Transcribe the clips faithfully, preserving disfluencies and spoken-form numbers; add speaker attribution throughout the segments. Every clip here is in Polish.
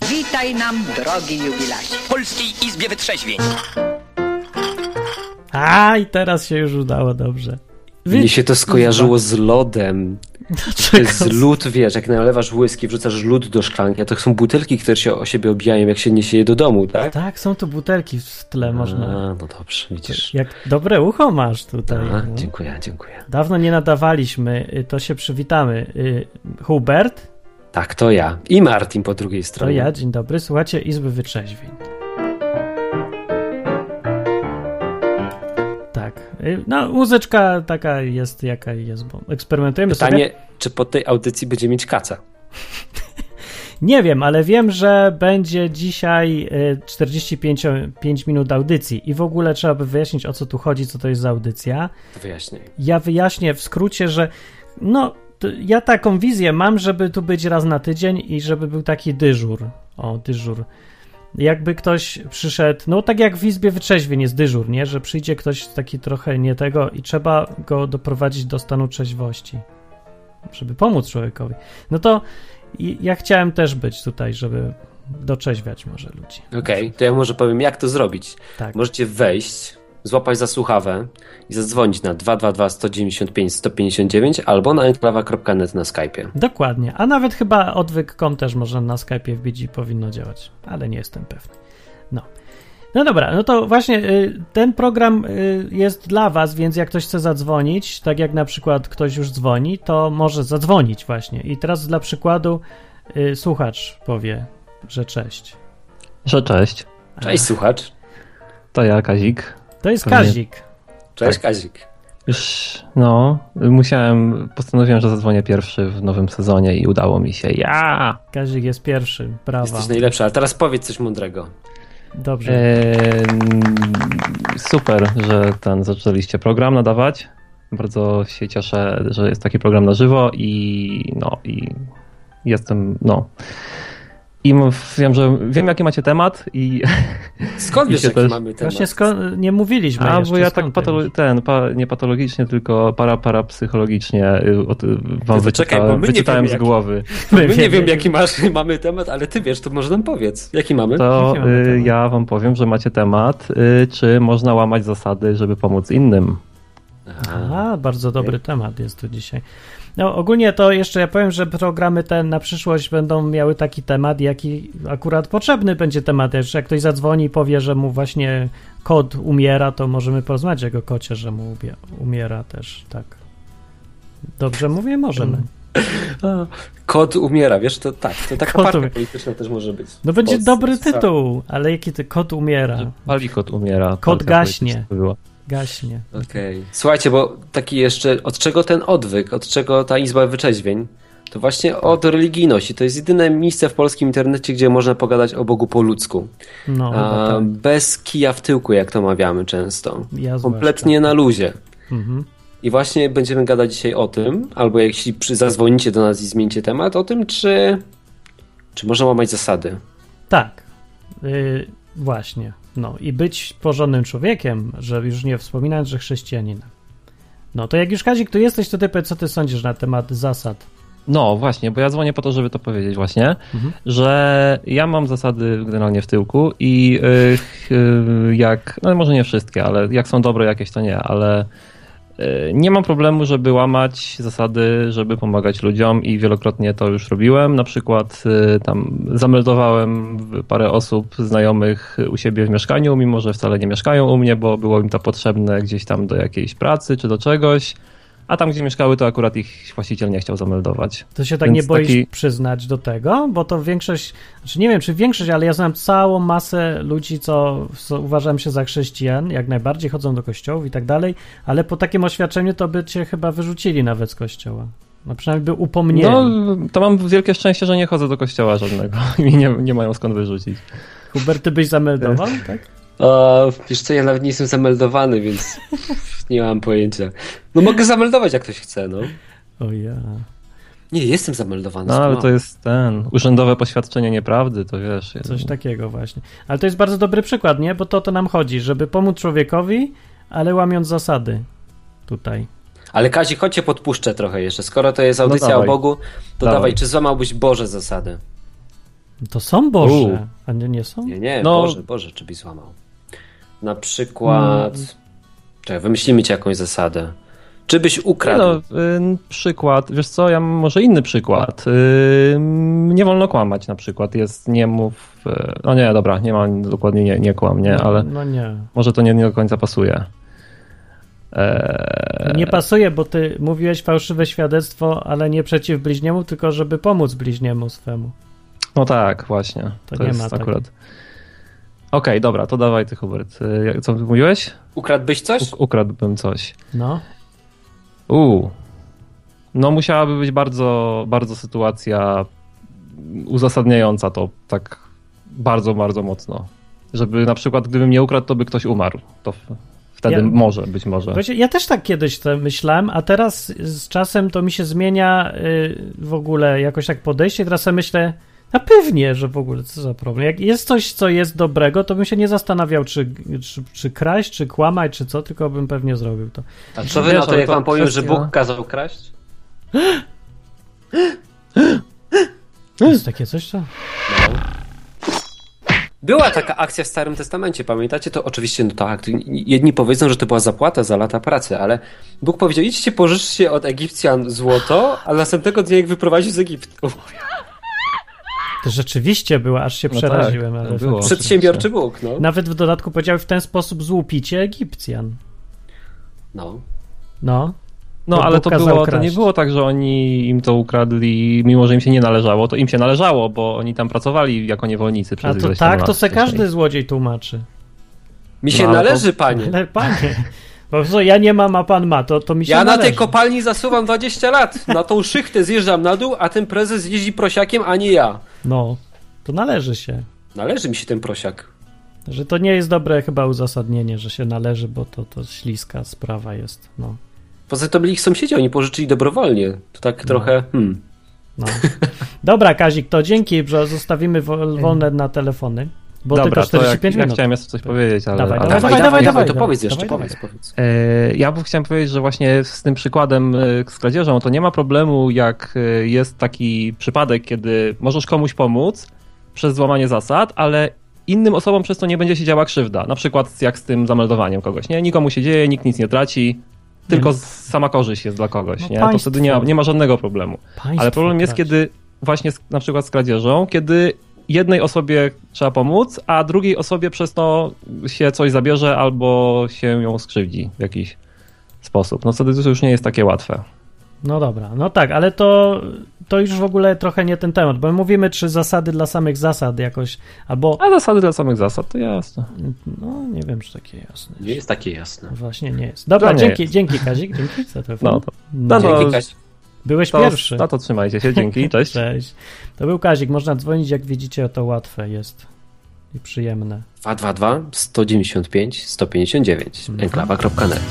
Speaker 1: Witaj nam, drogi jubilacie.
Speaker 2: W Polskiej Izbie Wytrzeźwień.
Speaker 3: A, i teraz się już udało, dobrze.
Speaker 4: Wy... Mnie się to skojarzyło z lodem. To jest lód, wiesz, jak nalewasz whisky, wrzucasz lód do szklanki, a to są butelki, które się o siebie obijają, jak się niesie je do domu, tak?
Speaker 3: Tak, są to butelki w tle, można.
Speaker 4: A, no dobrze, widzisz.
Speaker 3: Jak dobre ucho masz tutaj.
Speaker 4: A,
Speaker 3: no.
Speaker 4: Dziękuję, dziękuję.
Speaker 3: Dawno nie nadawaliśmy, to się przywitamy. Hubert?
Speaker 4: Tak, to ja. I Martin po drugiej stronie.
Speaker 3: To ja, dzień dobry. Słuchajcie Izby Wytrzeźwień. Tak. No, muzyczka taka jest, jaka jest, bo eksperymentujemy
Speaker 4: Pytanie,
Speaker 3: sobie.
Speaker 4: czy po tej audycji będzie mieć kaca?
Speaker 3: Nie wiem, ale wiem, że będzie dzisiaj czterdzieści pięć minut audycji i w ogóle trzeba by wyjaśnić, o co tu chodzi, co to jest za audycja.
Speaker 4: To wyjaśnię.
Speaker 3: Ja wyjaśnię w skrócie, że no, ja taką wizję mam, żeby tu być raz na tydzień i żeby był taki dyżur. O, dyżur. Jakby ktoś przyszedł, no tak jak w Izbie Wytrzeźwień jest dyżur, nie? Że przyjdzie ktoś taki trochę nie tego i trzeba go doprowadzić do stanu trzeźwości, żeby pomóc człowiekowi. No to ja chciałem też być tutaj, żeby doczeźwiać może ludzi.
Speaker 4: Okej, okay, to ja może powiem, jak to zrobić.
Speaker 3: Tak.
Speaker 4: Możecie wejść, złapać za słuchawę i zadzwonić na dwa dwa dwa, sto dziewięćdziesiąt pięć, sto pięćdziesiąt dziewięć albo na enklawa kropka net na Skype'ie.
Speaker 3: Dokładnie, a nawet chyba odwyk kropka com też można na Skype'ie wbić i powinno działać, ale nie jestem pewny. No. No dobra, no to właśnie y, ten program y, jest dla was, więc jak ktoś chce zadzwonić, tak jak na przykład ktoś już dzwoni, to może zadzwonić właśnie. I teraz dla przykładu y, słuchacz powie, że cześć.
Speaker 5: Że cześć.
Speaker 4: Cześć, a. Słuchacz.
Speaker 5: To ja, Kazik.
Speaker 3: To jest Kazik.
Speaker 4: Cześć, tak. Kazik.
Speaker 5: Już, no, musiałem, postanowiłem, że zadzwonię pierwszy w nowym sezonie i udało mi się. Ja!
Speaker 3: Kazik jest pierwszy, brawa.
Speaker 4: Jesteś najlepszy, ale teraz powiedz coś mądrego.
Speaker 3: Dobrze.
Speaker 5: Eee, super, że ten zaczęliście program nadawać. Bardzo się cieszę, że jest taki program na żywo i no, i jestem, no... I wiem, że wiem, jaki macie temat i...
Speaker 4: Skąd wiesz, jaki też... mamy temat?
Speaker 3: Właśnie skąd, nie mówiliśmy
Speaker 5: A,
Speaker 3: jeszcze,
Speaker 5: bo ja tak patolo- ten, pa, nie patologicznie, tylko para, parapsychologicznie od, wam wyczyta, czekaj, wyczytałem z jaki... głowy.
Speaker 4: My, my nie wiem, jaki masz, mamy temat, ale ty wiesz, to może nam powiedz. Jaki mamy?
Speaker 5: To
Speaker 3: jaki mamy
Speaker 5: y, ja wam powiem, że macie temat, y, czy można łamać zasady, żeby pomóc innym.
Speaker 3: A, bardzo dobry okay. temat jest tu dzisiaj. No ogólnie to jeszcze ja powiem, że programy te na przyszłość będą miały taki temat, jaki akurat potrzebny będzie temat. Jeszcze jak ktoś zadzwoni i powie, że mu właśnie kot umiera, to możemy porozmawiać o jego kocie, że mu umiera też, tak. Dobrze mówię? Możemy.
Speaker 4: Kot umiera, wiesz, to tak, to taka
Speaker 3: kot
Speaker 4: partia
Speaker 3: umie...
Speaker 4: polityczna też może być.
Speaker 3: No będzie Pod... dobry tytuł, ale jaki ty, kot umiera.
Speaker 5: Pali kot umiera.
Speaker 3: Kot gaśnie. Gaśnie.
Speaker 4: Okej. Okay. Słuchajcie, bo taki jeszcze, od czego ten odwyk, od czego ta Izba Wytrzeźwień? To właśnie od religijności. To jest jedyne miejsce w polskim internecie, gdzie można pogadać o Bogu po ludzku.
Speaker 3: No,
Speaker 4: A,
Speaker 3: tak.
Speaker 4: Bez kija w tyłku, jak to mawiamy często.
Speaker 3: Ja
Speaker 4: Kompletnie na luzie.
Speaker 3: Mhm.
Speaker 4: I właśnie będziemy gadać dzisiaj o tym, albo jeśli przy, zadzwonicie do nas i zmieńcie temat, o tym, czy, czy można łamać zasady.
Speaker 3: Tak. Yy, właśnie. No i być porządnym człowiekiem, że już nie wspominając, że chrześcijaninem. No to jak już Kazik tu jesteś, to ty powiedz, co ty sądzisz na temat zasad?
Speaker 5: No właśnie, bo ja dzwonię po to, żeby to powiedzieć właśnie, mhm. że ja mam zasady generalnie w tyłku i yy, yy, jak, no może nie wszystkie, ale jak są dobre jakieś, to nie, ale yy, nie mam problemu, żeby łamać zasady, żeby pomagać ludziom i wielokrotnie to już robiłem. Na przykład yy, tam zameldowałem parę osób znajomych u siebie w mieszkaniu, mimo że wcale nie mieszkają u mnie, bo było im to potrzebne gdzieś tam do jakiejś pracy czy do czegoś. A tam, gdzie mieszkały, to akurat ich właściciel nie chciał zameldować.
Speaker 3: To się tak
Speaker 5: Więc
Speaker 3: nie boisz
Speaker 5: taki...
Speaker 3: przyznać do tego? Bo to większość, znaczy nie wiem, czy większość, ale ja znam całą masę ludzi, co, co uważam się za chrześcijan, jak najbardziej chodzą do kościołów i tak dalej, ale po takim oświadczeniu to by cię chyba wyrzucili nawet z kościoła. No przynajmniej by upomnieli.
Speaker 5: No, to mam wielkie szczęście, że nie chodzę do kościoła żadnego i nie, nie mają skąd wyrzucić.
Speaker 3: Hubert, ty byś zameldował, tak?
Speaker 4: O, wiesz co, ja nawet nie jestem zameldowany, więc nie mam pojęcia. No mogę zameldować, jak ktoś chce, no.
Speaker 3: O ja.
Speaker 4: Nie, jestem zameldowany.
Speaker 5: No, ale to jest ten urzędowe poświadczenie nieprawdy, to wiesz.
Speaker 3: Coś ja... takiego właśnie. Ale to jest bardzo dobry przykład, nie? Bo to to nam chodzi, żeby pomóc człowiekowi, ale łamiąc zasady tutaj.
Speaker 4: Ale Kazik, chodź cię podpuszczę trochę jeszcze. Skoro to jest audycja
Speaker 5: no
Speaker 4: o Bogu, to
Speaker 5: dawaj.
Speaker 4: dawaj, czy złamałbyś Boże zasady?
Speaker 3: To są Boże,
Speaker 5: U.
Speaker 3: a nie, nie są?
Speaker 4: Nie, nie,
Speaker 5: No.
Speaker 4: Boże, Boże, czy byś złamał. Na przykład... Hmm. Czekaj, wymyślimy ci jakąś zasadę. Czy byś ukradł?
Speaker 5: No, y, przykład, wiesz co, ja mam może inny przykład. Y, nie wolno kłamać na przykład, jest nie mów... Y, no nie, dobra, nie ma dokładnie nie, nie kłam, nie,
Speaker 3: No,
Speaker 5: ale
Speaker 3: no nie.
Speaker 5: może to nie, nie do końca pasuje. Eee...
Speaker 3: Nie pasuje, bo ty mówiłeś fałszywe świadectwo, ale nie przeciw bliźniemu, tylko żeby pomóc bliźniemu swemu.
Speaker 5: No tak, właśnie.
Speaker 3: To
Speaker 5: To,
Speaker 3: nie
Speaker 5: jest
Speaker 3: ma
Speaker 5: akurat. Okej, okay, dobra, to dawaj ty, Hubert. Y, Co mówiłeś?
Speaker 4: Ukradłbyś coś?
Speaker 5: U- ukradłbym coś.
Speaker 3: No.
Speaker 5: Uuu. No musiałaby być bardzo, bardzo sytuacja uzasadniająca to tak bardzo, bardzo mocno. Żeby na przykład gdybym nie ukradł, to by ktoś umarł. To w- wtedy
Speaker 3: Ja-
Speaker 5: może, być może.
Speaker 3: Wiecie, ja też tak kiedyś to myślałem, a teraz z czasem to mi się zmienia y, w ogóle jakoś tak podejście. Teraz sobie myślę, a pewnie, że w ogóle co za problem. Jak jest coś, co jest dobrego, to bym się nie zastanawiał, czy, czy, czy kraść, czy kłamać, czy co, tylko bym pewnie zrobił to.
Speaker 4: A co wy
Speaker 5: Wiesz,
Speaker 4: na to,
Speaker 5: ale
Speaker 4: jak
Speaker 5: to
Speaker 4: wam powiem,
Speaker 5: kwestia-
Speaker 4: że Bóg kazał kraść?
Speaker 3: Jest takie coś, co?
Speaker 4: Była taka akcja w Starym Testamencie, pamiętacie? To oczywiście, no tak, to jedni powiedzą, że to była zapłata za lata pracy, ale Bóg powiedział, idźcie, pożyczcie od Egipcjan złoto, a następnego dnia ich wyprowadził z Egiptu.
Speaker 3: To rzeczywiście była, aż się
Speaker 5: No
Speaker 3: przeraziłem.
Speaker 5: tak,
Speaker 3: ale
Speaker 5: było.
Speaker 4: Przedsiębiorczy Bóg, no.
Speaker 3: Nawet w dodatku powiedział w ten sposób złupicie Egipcjan.
Speaker 4: No.
Speaker 3: No.
Speaker 5: No
Speaker 3: To
Speaker 5: ale
Speaker 3: Bóg
Speaker 5: to,
Speaker 3: kazał
Speaker 5: było, to nie
Speaker 3: kraść.
Speaker 5: było tak, że oni im to ukradli, mimo że im się nie należało. To im się należało, bo oni tam pracowali jako niewolnicy przez
Speaker 3: A to
Speaker 5: ileś tam
Speaker 3: tak,
Speaker 5: lat
Speaker 3: to se
Speaker 5: wcześniej.
Speaker 3: każdy złodziej tłumaczy.
Speaker 4: Mi się
Speaker 5: No, ale
Speaker 4: należy,
Speaker 5: to-
Speaker 4: panie.
Speaker 3: Ale panie, bo co, ja nie mam, a pan ma, to, to mi się
Speaker 4: Ja na
Speaker 3: należy.
Speaker 4: tej kopalni zasuwam dwadzieścia lat. Na tą szychtę zjeżdżam na dół, a ten prezes jeździ prosiakiem, a nie ja.
Speaker 3: No, to należy się.
Speaker 4: Należy mi się ten prosiak.
Speaker 3: Że to nie jest dobre chyba uzasadnienie, że się należy, bo to, to śliska sprawa jest. No,
Speaker 4: Poza tym to byli ich sąsiedzi, oni pożyczyli dobrowolnie. To tak trochę, hmm.
Speaker 3: no. Dobra, Kazik, to dzięki, że zostawimy wol, wolne na telefony, bo
Speaker 5: Dobra,
Speaker 3: tylko
Speaker 5: to
Speaker 3: czterdzieści
Speaker 5: jak,
Speaker 3: pięć
Speaker 5: ja
Speaker 3: minut.
Speaker 5: chciałem jeszcze coś powiedzieć, ale...
Speaker 3: Dawaj,
Speaker 5: ale...
Speaker 3: dawaj,
Speaker 4: Dawaj, dawaj, dawaj, to
Speaker 3: dawaj,
Speaker 4: powiedz jeszcze,
Speaker 3: dawaj,
Speaker 4: powiedz,
Speaker 3: dawaj.
Speaker 4: powiedz.
Speaker 5: E, Ja bym chciałem powiedzieć, że właśnie z tym przykładem e, z kradzieżą to nie ma problemu, jak e, jest taki przypadek, kiedy możesz komuś pomóc przez złamanie zasad, ale innym osobom przez to nie będzie się działa krzywda. Na przykład jak z tym zameldowaniem kogoś, nie? Nikomu się dzieje, nikt nic nie traci, tylko z- sama korzyść jest dla kogoś,
Speaker 3: No
Speaker 5: nie? To
Speaker 3: państwo.
Speaker 5: wtedy nie ma, nie ma żadnego problemu.
Speaker 3: Państwo
Speaker 5: Ale problem jest,
Speaker 3: kraść.
Speaker 5: kiedy właśnie z, na przykład z kradzieżą, kiedy jednej osobie trzeba pomóc, a drugiej osobie przez to się coś zabierze albo się ją skrzywdzi w jakiś sposób. No wtedy to już nie jest takie łatwe.
Speaker 3: No dobra, no tak, ale to, to już w ogóle trochę nie ten temat, bo my mówimy, czy zasady dla samych zasad jakoś, albo,
Speaker 5: A zasady dla samych zasad to jasne.
Speaker 3: no nie wiem, czy takie jasne.
Speaker 4: Nie jest takie jasne.
Speaker 3: Właśnie nie jest. Dobra,
Speaker 5: To nie
Speaker 3: dzięki,
Speaker 5: jest.
Speaker 3: dzięki Kazik, dzięki za telefon.
Speaker 5: No to,
Speaker 3: No,
Speaker 5: no to,
Speaker 4: Dzięki, Kaś.
Speaker 3: byłeś
Speaker 5: to,
Speaker 3: pierwszy.
Speaker 5: no to trzymajcie się, dzięki, cześć.
Speaker 3: Cześć. To był Kazik, można dzwonić, jak widzicie, to łatwe jest i przyjemne.
Speaker 4: dwa dwa dwa, sto dziewięćdziesiąt pięć, sto pięćdziesiąt dziewięć. enklawa kropka net.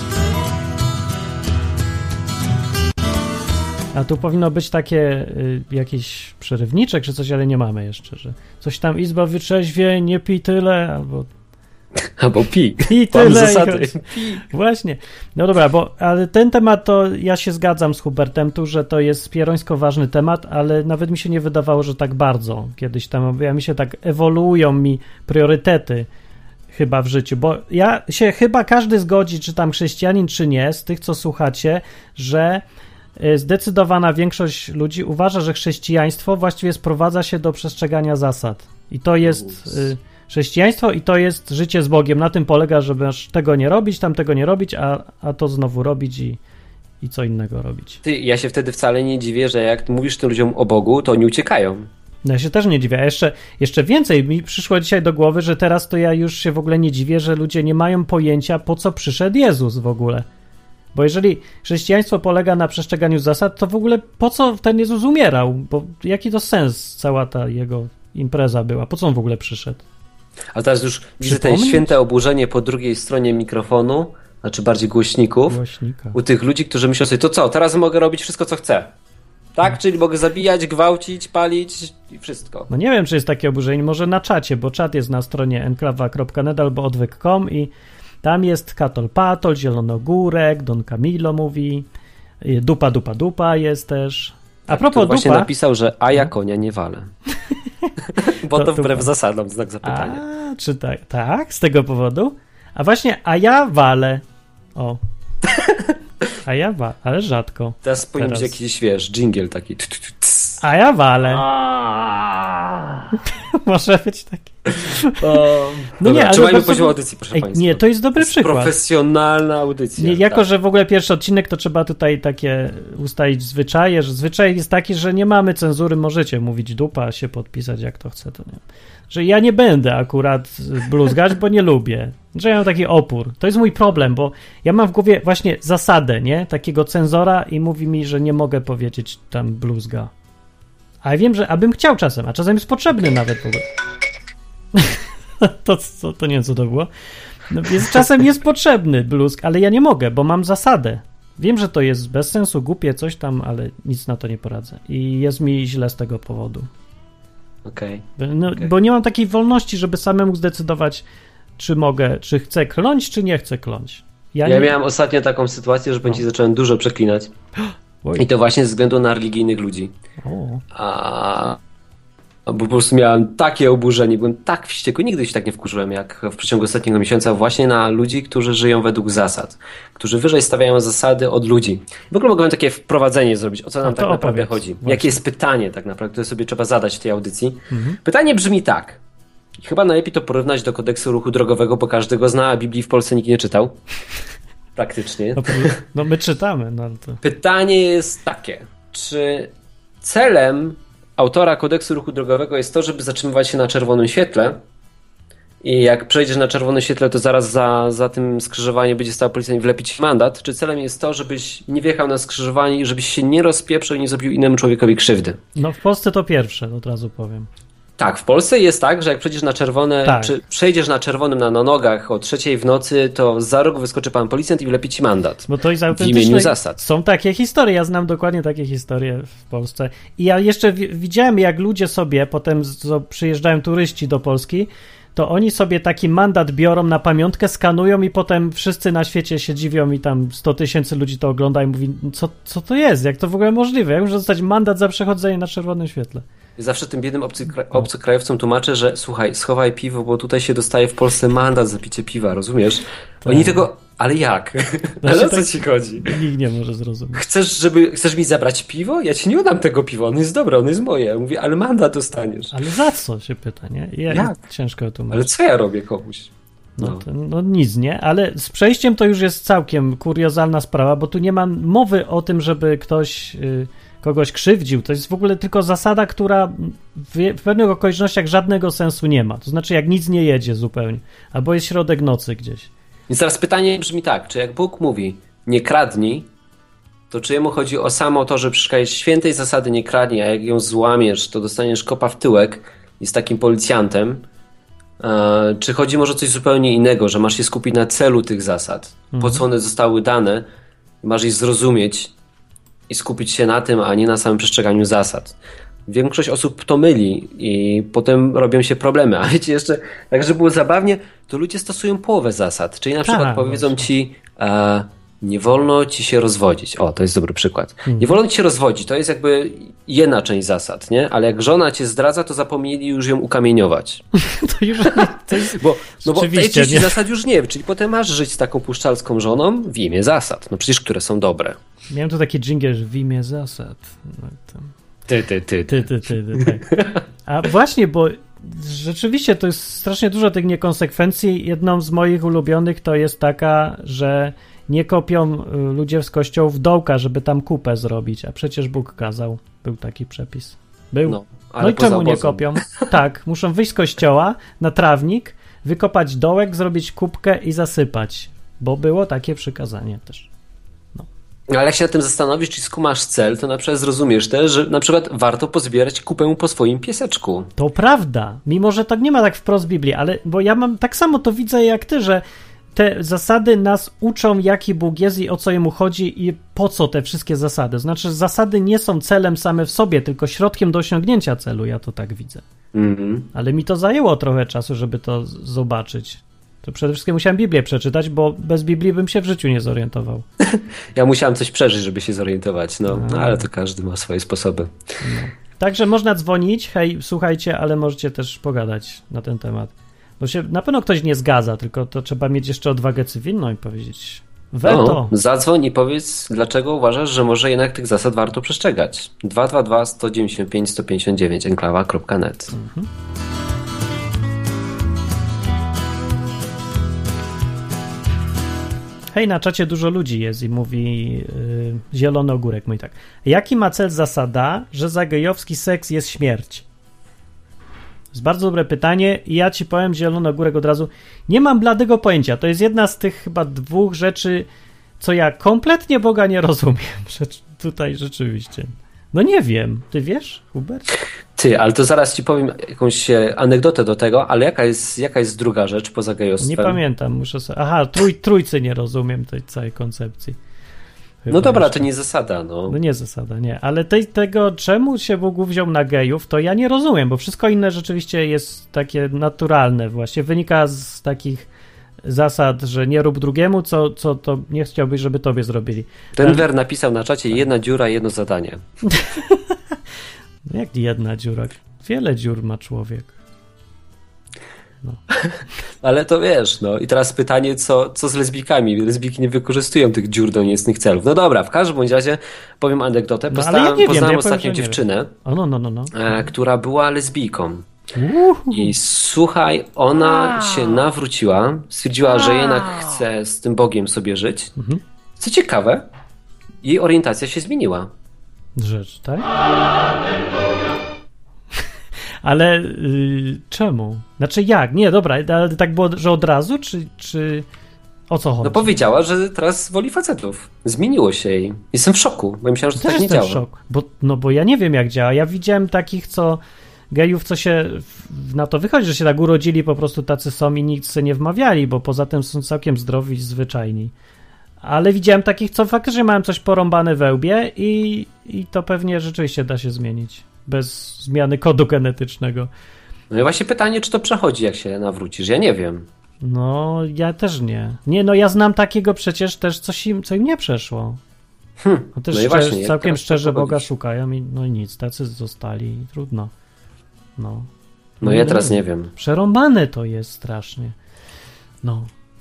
Speaker 3: A tu powinno być takie y, jakiś przerywniczek czy coś, ale nie mamy jeszcze, że coś tam Izba Wytrzeźwień, nie pij tyle, albo
Speaker 4: Albo pi.
Speaker 3: pij
Speaker 4: Pan
Speaker 3: tyle.
Speaker 4: zasady.
Speaker 3: I... Właśnie. No dobra, bo ale ten temat to ja się zgadzam z Hubertem tu, że to jest pierońsko ważny temat, ale nawet mi się nie wydawało, że tak bardzo kiedyś tam, ja mi się tak ewoluują mi priorytety chyba w życiu, bo ja się chyba każdy zgodzi, czy tam chrześcijanin, czy nie, z tych, co słuchacie, że y, zdecydowana większość ludzi uważa, że chrześcijaństwo właściwie sprowadza się do przestrzegania zasad. I to jest y, chrześcijaństwo i to jest życie z Bogiem. Na tym polega, żeby aż tego nie robić, tamtego nie robić, a, a to znowu robić i, i co innego robić.
Speaker 4: Ty, ja się wtedy wcale nie dziwię, że jak mówisz tym ludziom o Bogu, to oni uciekają.
Speaker 3: No ja się też nie dziwię. A jeszcze, jeszcze więcej mi przyszło dzisiaj do głowy, że teraz to ja już się w ogóle nie dziwię, że ludzie nie mają pojęcia, po co przyszedł Jezus w ogóle. Bo jeżeli chrześcijaństwo polega na przestrzeganiu zasad, to w ogóle po co ten Jezus umierał? Bo jaki to sens cała ta jego impreza była? Po co on w ogóle przyszedł?
Speaker 4: A teraz już widzę ten
Speaker 3: Przypomnieć?
Speaker 4: święte oburzenie po drugiej stronie mikrofonu, znaczy bardziej głośników,
Speaker 3: Głośnika.
Speaker 4: u tych ludzi, którzy myślą sobie, to co, teraz mogę robić wszystko, co chcę. Tak? Czyli mogę zabijać, gwałcić, palić i wszystko.
Speaker 3: No nie wiem, czy jest takie oburzenie, może na czacie, bo czat jest na stronie enklawa kropka net albo odwyk kropka com i tam jest Katol Patol, Zielonogórek, Don Camilo mówi, dupa, dupa, dupa jest też. A propos
Speaker 4: Który właśnie
Speaker 3: dupa...
Speaker 4: napisał, że a ja konia nie walę. Bo to,
Speaker 3: To
Speaker 4: wbrew
Speaker 3: dupa.
Speaker 4: zasadom, znak zapytania.
Speaker 3: A, czy tak? Tak? Z tego powodu? A właśnie, a ja walę. O. A ja walę, ale rzadko.
Speaker 4: Teraz powinien być
Speaker 3: Teraz.
Speaker 4: jakiś, wiesz, dżingiel taki. Tu, tu, tu, ts.
Speaker 3: A ja walę. Może być taki.
Speaker 4: O,
Speaker 3: No nie,
Speaker 4: dobra,
Speaker 3: ale
Speaker 4: trzymajmy
Speaker 3: bardzo-
Speaker 4: poziom audycji, proszę
Speaker 3: Ej,
Speaker 4: państwa.
Speaker 3: nie, to jest dobry
Speaker 4: jest
Speaker 3: przykład.
Speaker 4: profesjonalna audycja.
Speaker 3: Nie, jako,
Speaker 4: tak.
Speaker 3: że w ogóle pierwszy odcinek, to trzeba tutaj takie ustalić zwyczaje, że zwyczaj jest taki, że nie mamy cenzury, możecie mówić dupa, się podpisać jak to chce, to nie. Że ja nie będę akurat bluzgać, bo nie lubię. Że ja mam taki opór. To jest mój problem, bo ja mam w głowie właśnie zasadę, nie? Takiego cenzora i mówi mi, że nie mogę powiedzieć tam bluzga. A ja wiem, że abym chciał czasem, a czasem jest potrzebny nawet w ogóle. to, to, to nie wiem, co to było. No, jest, czasem jest potrzebny bluzg, ale ja nie mogę, bo mam zasadę. Wiem, że to jest bez sensu, głupie coś tam, ale nic na to nie poradzę. I jest mi źle z tego powodu.
Speaker 4: Okej.
Speaker 3: No,
Speaker 4: Okay.
Speaker 3: Bo nie mam takiej wolności, żeby samemu zdecydować, czy mogę, czy chcę kląć, czy nie chcę kląć. Ja,
Speaker 4: Ja
Speaker 3: nie...
Speaker 4: miałem ostatnio taką sytuację, że będzie zacząłem dużo przeklinać.
Speaker 3: Oj.
Speaker 4: I to właśnie ze względu na religijnych ludzi.
Speaker 3: O.
Speaker 4: A... Bo po prostu miałem takie oburzenie, byłem tak wściekły, nigdy się tak nie wkurzyłem jak w przeciągu ostatniego miesiąca właśnie na ludzi, którzy żyją według zasad, którzy wyżej stawiają zasady od ludzi. W ogóle mogłem takie wprowadzenie zrobić, o co nam
Speaker 3: A to
Speaker 4: tak naprawdę
Speaker 3: opowiedz.
Speaker 4: chodzi.
Speaker 3: Właśnie.
Speaker 4: Jakie jest pytanie tak naprawdę, które sobie trzeba zadać w tej audycji.
Speaker 3: Mhm.
Speaker 4: Pytanie brzmi tak. Chyba najlepiej to porównać do kodeksu ruchu drogowego, bo każdy go zna, a Biblii w Polsce nikt nie czytał. Praktycznie.
Speaker 3: No, no my czytamy, no ale to...
Speaker 4: Pytanie jest takie, czy celem autora kodeksu ruchu drogowego jest to, żeby zatrzymywać się na czerwonym świetle i jak przejdziesz na czerwonym świetle, to zaraz za, za tym skrzyżowaniem będzie stał policjant i wlepić ci mandat, czy celem jest to, żebyś nie wjechał na skrzyżowanie i żebyś się nie rozpieprzył i nie zrobił innemu człowiekowi krzywdy?
Speaker 3: No w Polsce to pierwsze, od razu powiem.
Speaker 4: Tak, w Polsce jest tak, że jak przejdziesz na czerwone,
Speaker 3: Tak.
Speaker 4: czy przejdziesz na czerwonym na, na nogach o trzeciej w nocy, to za rogu wyskoczy pan policjant i wlepi ci mandat.
Speaker 3: Bo to jest
Speaker 4: W
Speaker 3: autentyczne.
Speaker 4: imieniu zasad.
Speaker 3: Są takie historie, ja znam dokładnie takie historie w Polsce. I ja jeszcze wi- widziałem, jak ludzie sobie, potem z- przyjeżdżają turyści do Polski, to oni sobie taki mandat biorą na pamiątkę, skanują i potem wszyscy na świecie się dziwią i tam sto tysięcy ludzi to ogląda i mówi, co, co to jest, jak to w ogóle możliwe, jak może dostać mandat za przechodzenie na czerwonym świetle.
Speaker 4: Zawsze tym biednym obcykra- obcokrajowcom tłumaczę, że słuchaj, schowaj piwo, bo tutaj się dostaje w Polsce mandat za picie piwa, rozumiesz? Oni tego, ale jak? Ale o co
Speaker 3: tak-
Speaker 4: ci chodzi?
Speaker 3: Nikt nie może zrozumieć.
Speaker 4: Chcesz, żeby, chcesz mi zabrać piwo? Ja ci nie oddam tego piwa, on jest dobry, on jest moje. Ja mówię, ale mandat dostaniesz.
Speaker 3: Ale za co, się pyta, nie? Ja,
Speaker 4: Jak?
Speaker 3: Ciężko to
Speaker 4: Ale co ja robię komuś?
Speaker 3: No,
Speaker 4: No.
Speaker 3: to, no nic, nie? Ale z przejściem to już jest całkiem kuriozalna sprawa, bo tu nie ma mowy o tym, żeby ktoś y, kogoś krzywdził. To jest w ogóle tylko zasada, która w, w pewnych okolicznościach żadnego sensu nie ma. To znaczy, jak nic nie jedzie zupełnie, albo jest środek nocy gdzieś.
Speaker 4: Więc teraz pytanie brzmi tak, czy jak Bóg mówi, nie kradnij, to czy jemu chodzi o samo to, że przeszkadzać świętej zasady nie kradnij, a jak ją złamiesz, to dostaniesz kopa w tyłek i z takim policjantem, e, czy chodzi może o coś zupełnie innego, że masz się skupić na celu tych zasad,
Speaker 3: Mhm.
Speaker 4: po co one zostały dane, masz je zrozumieć i skupić się na tym, a nie na samym przestrzeganiu zasad. Większość osób to myli i potem robią się problemy. A wiecie jeszcze, tak żeby było zabawnie, to ludzie stosują połowę zasad. Czyli na przykład
Speaker 3: Tak,
Speaker 4: powiedzą
Speaker 3: właśnie.
Speaker 4: ci e, nie wolno ci się rozwodzić. O, to jest dobry przykład.
Speaker 3: Mhm.
Speaker 4: Nie wolno ci się rozwodzić. To jest jakby jedna część zasad, nie? Ale jak żona cię zdradza, to zapomnieli już ją ukamieniować.
Speaker 3: To już to jest...
Speaker 4: Bo, no bo tej
Speaker 3: Rzeczywiście,
Speaker 4: części
Speaker 3: nie?
Speaker 4: zasad już nie. Czyli potem masz żyć z taką puszczalską żoną w imię zasad. No przecież które są dobre.
Speaker 3: Miałem tu taki dżingiel, że w imię zasad. No, tam.
Speaker 4: Ty, ty, ty.
Speaker 3: Ty, ty, ty, ty, tak. A właśnie, bo rzeczywiście to jest strasznie dużo tych niekonsekwencji. Jedną z moich ulubionych to jest taka, że nie kopią y, ludzie z kościołów dołka, żeby tam kupę zrobić, a przecież Bóg kazał. Był taki przepis. Był. No,
Speaker 4: No,
Speaker 3: no i
Speaker 4: poza
Speaker 3: czemu nie
Speaker 4: obozem.
Speaker 3: kopią? Tak, muszą wyjść z kościoła na trawnik, wykopać dołek, zrobić kubkę i zasypać, bo było takie przykazanie też.
Speaker 4: Ale jak się nad tym zastanowisz, czy skumasz cel, to na przykład zrozumiesz też, że na przykład warto pozbierać kupę po swoim pieseczku.
Speaker 3: To prawda, mimo że tak nie ma tak wprost w Biblii, ale bo ja mam tak samo to widzę jak ty, że te zasady nas uczą, jaki Bóg jest i o co jemu chodzi i po co te wszystkie zasady. Znaczy, zasady nie są celem same w sobie, tylko środkiem do osiągnięcia celu, ja to tak widzę.
Speaker 4: Mhm.
Speaker 3: Ale mi to zajęło trochę czasu, żeby to z- zobaczyć. To przede wszystkim musiałem Biblię przeczytać, bo bez Biblii bym się w życiu nie zorientował.
Speaker 4: Ja musiałem coś przeżyć, żeby się zorientować, no, no ale to każdy ma swoje sposoby.
Speaker 3: No. Także można dzwonić, hej, słuchajcie, ale możecie też pogadać na ten temat. Bo się na pewno ktoś nie zgadza, tylko to trzeba mieć jeszcze odwagę cywilną i powiedzieć weto.
Speaker 4: No, zadzwoń i powiedz, dlaczego uważasz, że może jednak tych zasad warto przestrzegać. dwa dwa dwa, sto dziewięćdziesiąt pięć, sto pięćdziesiąt dziewięć enklawa kropka net. Mhm.
Speaker 3: Hej, na czacie dużo ludzi jest i mówi yy, zielony ogórek, mówi tak. Jaki ma cel zasada, że za gejowski seks jest śmierć? To jest bardzo dobre pytanie i ja ci powiem, zielony ogórek od razu, nie mam bladego pojęcia. To jest jedna z tych chyba dwóch rzeczy, co ja kompletnie Boga nie rozumiem. Rzecz, tutaj rzeczywiście. No nie wiem. Ty wiesz, Hubert?
Speaker 4: Ty, ale to zaraz ci powiem jakąś anegdotę do tego, ale jaka jest, jaka jest druga rzecz poza gejostwem?
Speaker 3: Nie pamiętam, muszę sobie... Aha, trój, trójcy nie rozumiem tej całej koncepcji. Chyba
Speaker 4: no dobra,
Speaker 3: jeszcze.
Speaker 4: To nie zasada, no.
Speaker 3: No nie zasada, nie. Ale tej, tego, czemu się Bóg wziął na gejów, to ja nie rozumiem, bo wszystko inne rzeczywiście jest takie naturalne właśnie. Wynika z takich zasad, że nie rób drugiemu, co, co to nie chciałbyś, żeby tobie zrobili.
Speaker 4: Denver tak. napisał na czacie jedna dziura, jedno zadanie.
Speaker 3: Jak jedna dziura? Wiele dziur ma człowiek. No.
Speaker 4: Ale to wiesz, no i teraz pytanie, co, co z lesbijkami? Lesbijki nie wykorzystują tych dziur do niecnych celów. No dobra, w każdym bądź razie powiem anegdotę.
Speaker 3: No, ale ja nie
Speaker 4: Poznałem
Speaker 3: wiem,
Speaker 4: ostatnio
Speaker 3: ja powiem,
Speaker 4: dziewczynę,
Speaker 3: o, no, no, no, no.
Speaker 4: E, która była lesbijką. Uhu. I słuchaj, ona wow. się nawróciła, stwierdziła, wow. że jednak chce z tym Bogiem sobie żyć. Mhm. Co ciekawe, jej orientacja się zmieniła.
Speaker 3: Rzecz, tak? Ale yy, czemu? Znaczy jak? Nie, dobra, ale tak było, że od razu, czy, czy o co chodzi?
Speaker 4: No powiedziała, że teraz woli facetów. Zmieniło się jej. Jestem w szoku, bo myślałem, że to tak nie działa.
Speaker 3: Szok, bo, no bo ja nie wiem jak działa. Ja widziałem takich, co gejów, co się na to wychodzi, że się tak urodzili, po prostu tacy są i nikt sobie nie wmawiali, bo poza tym są całkiem zdrowi, zwyczajni. Ale widziałem takich, co faktycznie mają coś porąbane we łbie i, i to pewnie rzeczywiście da się zmienić. Bez zmiany kodu genetycznego.
Speaker 4: No i właśnie pytanie, czy to przechodzi, jak się nawrócisz? Ja nie wiem.
Speaker 3: No, ja też nie. Nie, no ja znam takiego przecież też, coś im, co im nie przeszło.
Speaker 4: Hmm.
Speaker 3: No też
Speaker 4: no
Speaker 3: szczerze,
Speaker 4: właśnie,
Speaker 3: całkiem szczerze Boga szukają i no i nic, tacy zostali i trudno. No.
Speaker 4: No,
Speaker 3: no
Speaker 4: ja teraz nie wiem.
Speaker 3: Przerąbane to jest strasznie. No.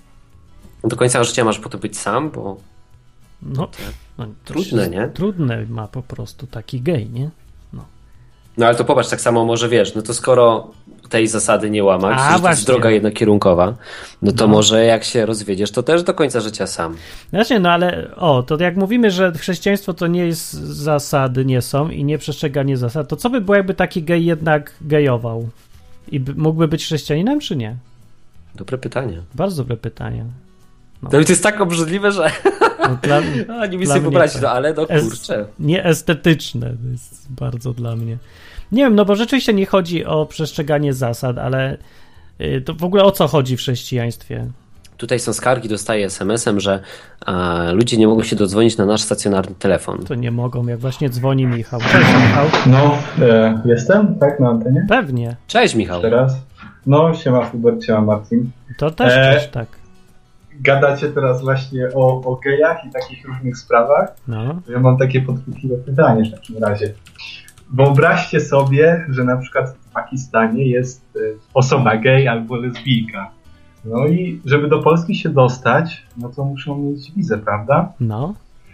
Speaker 4: Do końca życia masz potem być sam, bo
Speaker 3: no, no
Speaker 4: trudne, nie?
Speaker 3: Trudne ma po prostu taki gej, nie? No.
Speaker 4: No ale to popatrz, tak samo może wiesz, no to skoro tej zasady nie łamać,
Speaker 3: A,
Speaker 4: że to jest droga jednokierunkowa, no to no. może jak się rozwiedziesz, to też do końca życia sam.
Speaker 3: Znaczy, no ale o, to jak mówimy, że chrześcijaństwo to nie jest zasady, nie są i nie przestrzeganie zasad, to co by było, jakby taki gej jednak gejował? I by, mógłby być chrześcijaninem, czy nie?
Speaker 4: Dobre pytanie.
Speaker 3: Bardzo dobre pytanie.
Speaker 4: No. To jest tak obrzydliwe, że
Speaker 3: no, dla,
Speaker 4: A, nie mi sobie wyobrazić, no ale no kurczę.
Speaker 3: Es, nieestetyczne to jest bardzo dla mnie. Nie wiem, no bo rzeczywiście nie chodzi o przestrzeganie zasad, ale to w ogóle o co chodzi w chrześcijaństwie?
Speaker 4: Tutaj są skargi, dostaję es em esem, że a, ludzie nie mogą się dodzwonić na nasz stacjonarny telefon.
Speaker 3: To nie mogą, jak właśnie dzwoni Michał. Cześć Michał.
Speaker 6: No, e, jestem, tak, na antenie?
Speaker 3: Pewnie.
Speaker 4: Cześć Michał.
Speaker 6: Teraz? No, siema Hubert, siema Marcin.
Speaker 3: To też e, cześć, tak.
Speaker 6: Gadacie teraz właśnie o, o gejach i takich różnych sprawach.
Speaker 3: No.
Speaker 6: Ja mam takie podchwytliwe pytanie w takim razie. Wyobraźcie sobie, że na przykład w Pakistanie jest osoba gej albo lesbijka. No i żeby do Polski się dostać, no to muszą mieć wizę, prawda?
Speaker 3: No.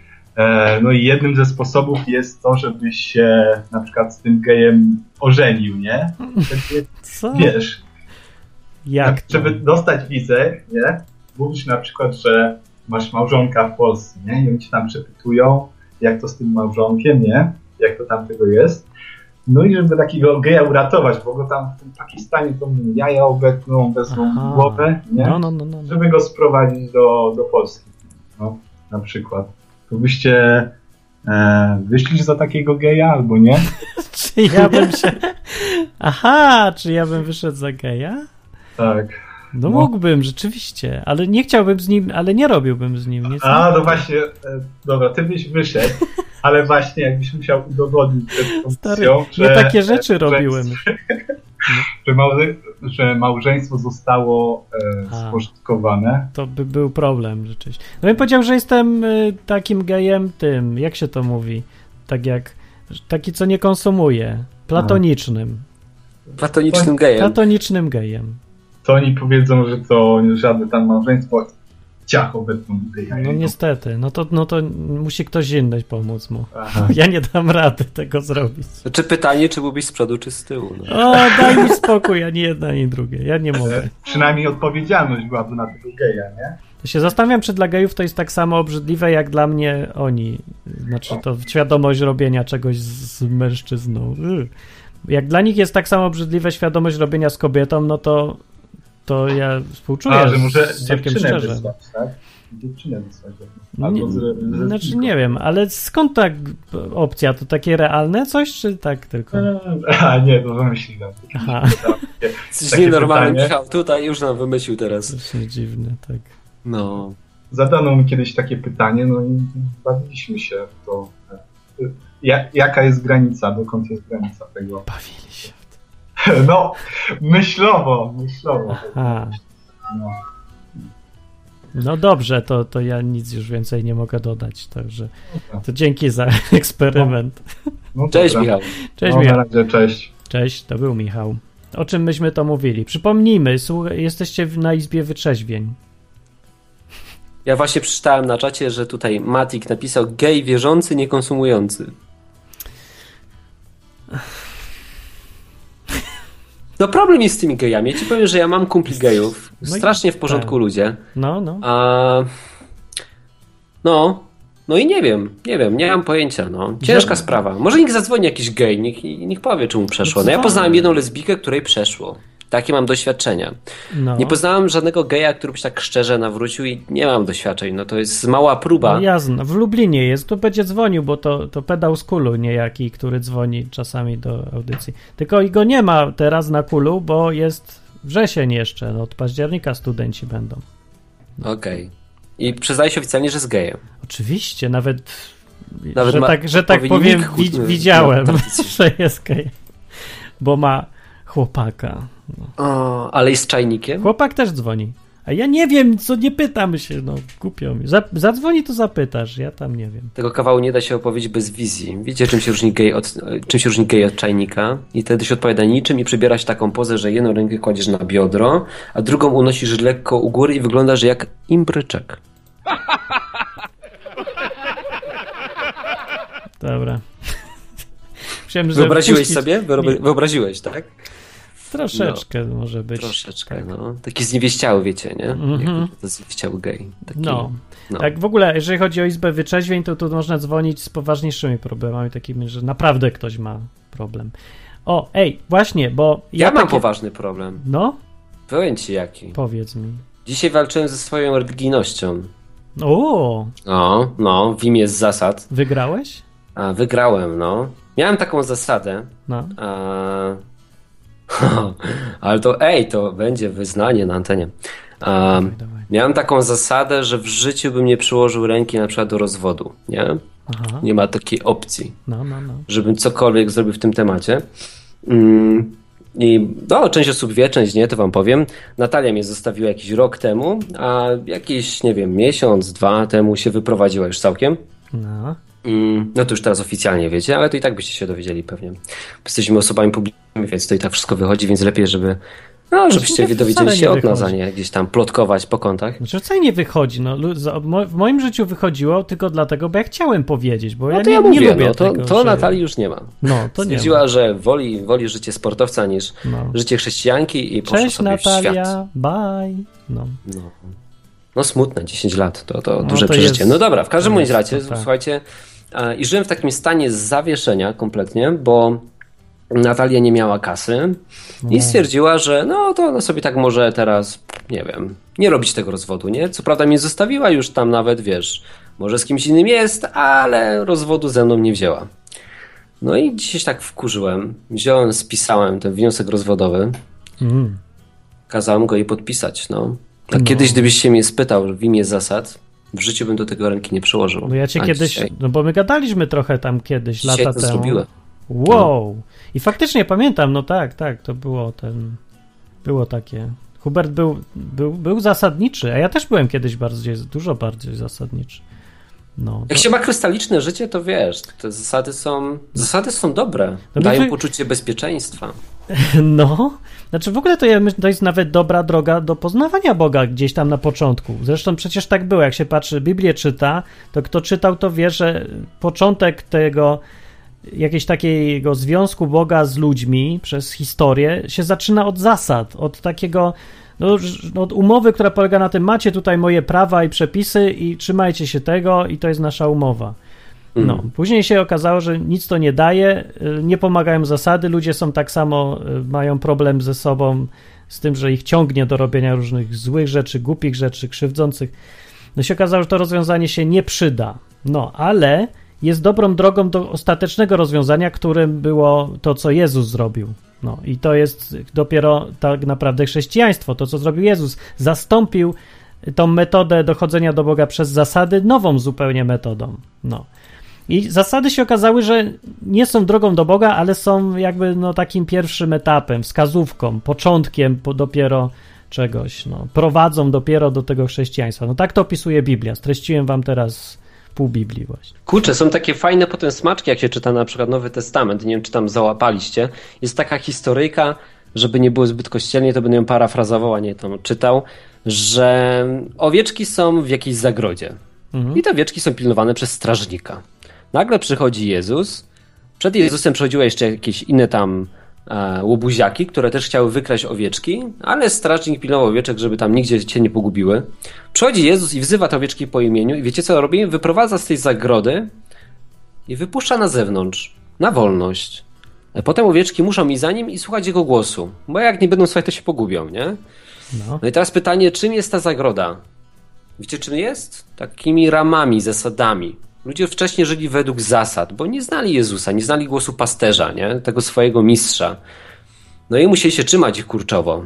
Speaker 6: E, no i jednym ze sposobów jest to, żebyś się na przykład z tym gejem ożenił, nie? Wtedy,
Speaker 3: Co?
Speaker 6: Wiesz,
Speaker 3: jak to?
Speaker 6: Żeby dostać wizę, nie? Mówisz na przykład, że masz małżonka w Polsce, nie? I oni cię tam przepytują, jak to z tym małżonkiem, nie? Jak to tam tego jest. No i żeby takiego geja uratować, bo go tam w tym Pakistanie to mu jaja obetną, wezmą w głowę, nie?
Speaker 3: No, no, no, no.
Speaker 6: Żeby go sprowadzić do, do Polski. No, na przykład. To byście e, wyszli za takiego geja albo nie?
Speaker 3: Czy ja bym się... Aha, czy ja bym wyszedł za geja?
Speaker 6: Tak.
Speaker 3: No, no mógłbym, rzeczywiście, ale nie chciałbym z nim, ale nie robiłbym z nim nic.
Speaker 6: A, no właśnie, e, dobra, ty byś wyszedł, ale właśnie jakbyś musiał udowodnić przed
Speaker 3: Stary,
Speaker 6: komisją, że...
Speaker 3: nie takie rzeczy
Speaker 6: że,
Speaker 3: robiłem.
Speaker 6: że, małże, że małżeństwo zostało e, spożytkowane.
Speaker 3: To by był problem rzeczywiście. No bym powiedział, że jestem y, takim gejem tym, jak się to mówi? Tak jak, taki co nie konsumuje. Platonicznym.
Speaker 4: Platonicznym gejem.
Speaker 3: Platonicznym gejem.
Speaker 6: To oni powiedzą, że to żadne tam małżeństwo ciach obecną geja.
Speaker 3: No niestety, no to, no to musi ktoś inny pomóc mu.
Speaker 6: Aha.
Speaker 3: Ja nie dam rady tego zrobić.
Speaker 4: Czy pytanie, czy byłbyś z przodu, czy z tyłu? No.
Speaker 3: O, daj mi spokój, ani jedno, ani drugie. Ja nie mogę.
Speaker 6: Przynajmniej odpowiedzialność byłaby na tego geja, nie?
Speaker 3: To się zastanawiam, czy dla gejów to jest tak samo obrzydliwe, jak dla mnie oni. Znaczy, to świadomość robienia czegoś z, z mężczyzną. Yy. Jak dla nich jest tak samo obrzydliwe świadomość robienia z kobietą, no to, to ja współczuję.
Speaker 6: A, że może
Speaker 3: całkiem
Speaker 6: dziewczynę
Speaker 3: szczerze.
Speaker 6: wysłać, tak? Dziewczynę wysłać.
Speaker 3: Nie,
Speaker 6: Albo z, z
Speaker 3: znaczy nie wiem, ale skąd ta opcja? To takie realne coś, czy tak tylko?
Speaker 6: A nie, to wymyśliłem.
Speaker 3: Aha.
Speaker 4: Jesteś nienormalny, Michał. Tutaj już nam wymyślił teraz.
Speaker 3: Strasznie dziwne, tak.
Speaker 4: No.
Speaker 6: Zadano mi kiedyś takie pytanie, no i bawiliśmy się w to. Ja, jaka jest granica, dokąd jest granica tego?
Speaker 3: Bawili się w
Speaker 6: to. No, myślowo, myślowo.
Speaker 3: Aha.
Speaker 6: No.
Speaker 3: No dobrze, to, to ja nic już więcej nie mogę dodać, także to dzięki za eksperyment.
Speaker 6: No, no
Speaker 4: cześć Michał.
Speaker 3: Cześć
Speaker 6: no,
Speaker 3: Michał.
Speaker 6: Na razie, cześć.
Speaker 3: Cześć, to był Michał. O czym myśmy to mówili? Przypomnijmy, słuchaj, jesteście na Izbie Wytrzeźwień.
Speaker 4: Ja właśnie przeczytałem na czacie, że tutaj Matik napisał gej wierzący, niekonsumujący. No problem jest z tymi gejami. Ja ci powiem, że ja mam kumpli gejów.
Speaker 3: No
Speaker 4: strasznie w porządku
Speaker 3: tak.
Speaker 4: ludzie.
Speaker 3: No, no.
Speaker 4: A... No, no i nie wiem, nie wiem, nie mam pojęcia, no. Ciężka
Speaker 3: Ja...
Speaker 4: sprawa. Może niech zadzwoni jakiś gej, niech, niech powie, czy mu przeszło. No ja poznałem jedną lesbijkę, której przeszło. Takie mam doświadczenia.
Speaker 3: No.
Speaker 4: Nie poznałem żadnego geja, który by się tak szczerze nawrócił i nie mam doświadczeń. No to jest mała próba.
Speaker 3: No jasne, w Lublinie jest, tu będzie dzwonił, bo to, to pedał z Kulu niejaki, który dzwoni czasami do audycji. Tylko i go nie ma teraz na Kulu, bo jest wrzesień jeszcze, no od października studenci będą.
Speaker 4: No. Okej. Okay. I przyznaje się oficjalnie, że jest gejem.
Speaker 3: Oczywiście, nawet,
Speaker 4: nawet
Speaker 3: że,
Speaker 4: ma,
Speaker 3: tak, że tak powiem, wi- widziałem,
Speaker 4: no,
Speaker 3: że jest gejem, bo ma chłopaka. No.
Speaker 4: O, ale jest czajnikiem?
Speaker 3: Chłopak też dzwoni. A ja nie wiem, co nie pytam się, no głupio mi. Za, zadzwoni, to zapytasz, ja tam nie wiem.
Speaker 4: Tego kawału nie da się opowiedzieć bez wizji. Wiecie, czym się różni gej od, czym się różni gej od czajnika? I wtedy się odpowiada niczym i przybiera się taką pozę, że jedną rękę kładziesz na biodro, a drugą unosisz lekko u góry i wyglądasz jak imbryczek.
Speaker 3: Dobra. Myślałem, że
Speaker 4: Wyobraziłeś
Speaker 3: puścić...
Speaker 4: sobie? Wyobraziłeś, tak?
Speaker 3: Troszeczkę
Speaker 4: no,
Speaker 3: może być.
Speaker 4: Troszeczkę, tak. No. Taki zniewieściały, wiecie, nie? Mm-hmm. To zniewieściały gej. Taki,
Speaker 3: no.
Speaker 4: no.
Speaker 3: Tak w ogóle, jeżeli chodzi o Izbę Wytrzeźwień, to tu można dzwonić z poważniejszymi problemami, takimi, że naprawdę ktoś ma problem. O, ej, właśnie, bo...
Speaker 4: Ja,
Speaker 3: ja
Speaker 4: mam
Speaker 3: takie...
Speaker 4: poważny problem.
Speaker 3: No?
Speaker 4: Powiem ci jaki.
Speaker 3: Powiedz mi.
Speaker 4: Dzisiaj walczyłem ze swoją religijnością.
Speaker 3: O.
Speaker 4: No, no, w imię z zasad.
Speaker 3: Wygrałeś?
Speaker 4: A, wygrałem, no. Miałem taką zasadę.
Speaker 3: No.
Speaker 4: A... Ale to, ej, to będzie wyznanie na antenie. A, dawaj, dawaj. Miałem taką zasadę, że w życiu bym nie przyłożył ręki na przykład do rozwodu, nie?
Speaker 3: Aha.
Speaker 4: Nie ma takiej opcji,
Speaker 3: no, no, no.
Speaker 4: żebym cokolwiek zrobił w tym temacie. Mm, I no, część osób wie, część nie, to wam powiem. Natalia mnie zostawiła jakiś rok temu, a jakiś, nie wiem, miesiąc, dwa temu się wyprowadziła już całkiem.
Speaker 3: No.
Speaker 4: No to już teraz oficjalnie wiecie, ale to i tak byście się dowiedzieli pewnie. Jesteśmy osobami publicznymi, więc to i tak wszystko wychodzi, więc lepiej, żeby no, żebyście
Speaker 3: to
Speaker 4: dowiedzieli się od
Speaker 3: wychodzi.
Speaker 4: nas, a nie gdzieś tam plotkować po kątach.
Speaker 3: Znaczy wcale nie wychodzi. No, w moim życiu wychodziło tylko dlatego, bo ja chciałem powiedzieć, bo
Speaker 4: no
Speaker 3: ja
Speaker 4: to
Speaker 3: nie,
Speaker 4: ja mówię,
Speaker 3: nie lubię
Speaker 4: no, to,
Speaker 3: tego.
Speaker 4: To
Speaker 3: że...
Speaker 4: Natalii już nie ma.
Speaker 3: No, to
Speaker 4: Stwierdziła,
Speaker 3: nie ma.
Speaker 4: że woli, woli życie sportowca niż
Speaker 3: no.
Speaker 4: życie chrześcijanki i poszła
Speaker 3: Cześć
Speaker 4: sobie
Speaker 3: Natalia,
Speaker 4: w świat.
Speaker 3: bye. No.
Speaker 4: No. No smutne, dziesięć lat, to, to
Speaker 3: no,
Speaker 4: duże
Speaker 3: to
Speaker 4: przeżycie.
Speaker 3: Jest,
Speaker 4: no dobra, w każdym bądź razie,
Speaker 3: tak.
Speaker 4: słuchajcie, i żyłem w takim stanie zawieszenia kompletnie, bo Natalia nie miała kasy i
Speaker 3: no.
Speaker 4: stwierdziła, że no to ona sobie tak może teraz, nie wiem, nie robić tego rozwodu, nie? Co prawda mnie zostawiła już tam nawet, wiesz, może z kimś innym jest, ale rozwodu ze mną nie wzięła. No i dzisiaj się tak wkurzyłem, wziąłem, spisałem ten wniosek rozwodowy,
Speaker 3: mm.
Speaker 4: kazałem go jej podpisać, no. A
Speaker 3: no.
Speaker 4: kiedyś, gdybyś się mnie spytał w imię zasad, w życiu bym do tego ręki nie przyłożył.
Speaker 3: No ja cię
Speaker 4: A
Speaker 3: kiedyś,
Speaker 4: dzisiaj...
Speaker 3: no bo my gadaliśmy trochę tam kiedyś,
Speaker 4: dzisiaj
Speaker 3: lata
Speaker 4: to
Speaker 3: temu.
Speaker 4: zrobiłem.
Speaker 3: Wow! I faktycznie pamiętam, no tak, tak, to było ten... Było takie... Hubert był, był, był zasadniczy, a ja też byłem kiedyś bardziej, dużo bardziej zasadniczy. No,
Speaker 4: Jak
Speaker 3: to...
Speaker 4: się ma krystaliczne życie, to wiesz, te zasady są, zasady są dobre,
Speaker 3: no
Speaker 4: dają
Speaker 3: to...
Speaker 4: poczucie bezpieczeństwa.
Speaker 3: No, znaczy w ogóle to, ja myślę, to jest nawet dobra droga do poznawania Boga gdzieś tam na początku. Zresztą przecież tak było, jak się patrzy, Biblię czyta, to kto czytał, to wie, że początek tego jakiegoś takiego związku Boga z ludźmi przez historię się zaczyna od zasad, od takiego, no, od umowy, która polega na tym, macie tutaj moje prawa i przepisy i trzymajcie się tego i to jest nasza umowa. No, mm. Później się okazało, że nic to nie daje, nie pomagają zasady, ludzie są tak samo, mają problem ze sobą, z tym, że ich ciągnie do robienia różnych złych rzeczy, głupich rzeczy, krzywdzących. No się okazało, że to rozwiązanie się nie przyda. No, ale jest dobrą drogą do ostatecznego rozwiązania, którym było to, co Jezus zrobił. No i to jest dopiero tak naprawdę chrześcijaństwo, to, co zrobił Jezus. Zastąpił tą metodę dochodzenia do Boga przez zasady nową zupełnie metodą. No. I zasady się okazały, że nie są drogą do Boga, ale są jakby no, takim pierwszym etapem, wskazówką, początkiem po dopiero czegoś. No, prowadzą dopiero do tego chrześcijaństwa. No tak to opisuje Biblia. Streściłem wam teraz pół Biblii właśnie.
Speaker 4: Kurczę, są takie fajne potem smaczki, jak się czyta na przykład Nowy Testament. Nie wiem, czy tam załapaliście. Jest taka historyjka, żeby nie było zbyt kościelnie, to będę ją parafrazował, a nie tam czytał, że owieczki są w jakiejś zagrodzie. Mhm. I te owieczki są pilnowane przez strażnika. Nagle przychodzi Jezus. Przed Jezusem przychodziły jeszcze jakieś inne tam e, łobuziaki, które też chciały wykraść owieczki, ale strażnik pilnował owieczek, żeby tam nigdzie się nie pogubiły. Przychodzi Jezus i wzywa te owieczki po imieniu i wiecie co robi? Wyprowadza z tej zagrody i wypuszcza na zewnątrz, na wolność. Potem owieczki muszą iść za nim i słuchać jego głosu, bo jak nie będą słuchać, to się pogubią, nie? No. No i teraz pytanie, czym jest ta zagroda? Wiecie, czym jest? Takimi ramami, zasadami. Ludzie wcześniej żyli według zasad, bo nie znali Jezusa, nie znali głosu pasterza, nie? Tego swojego mistrza. No i musieli się trzymać ich kurczowo.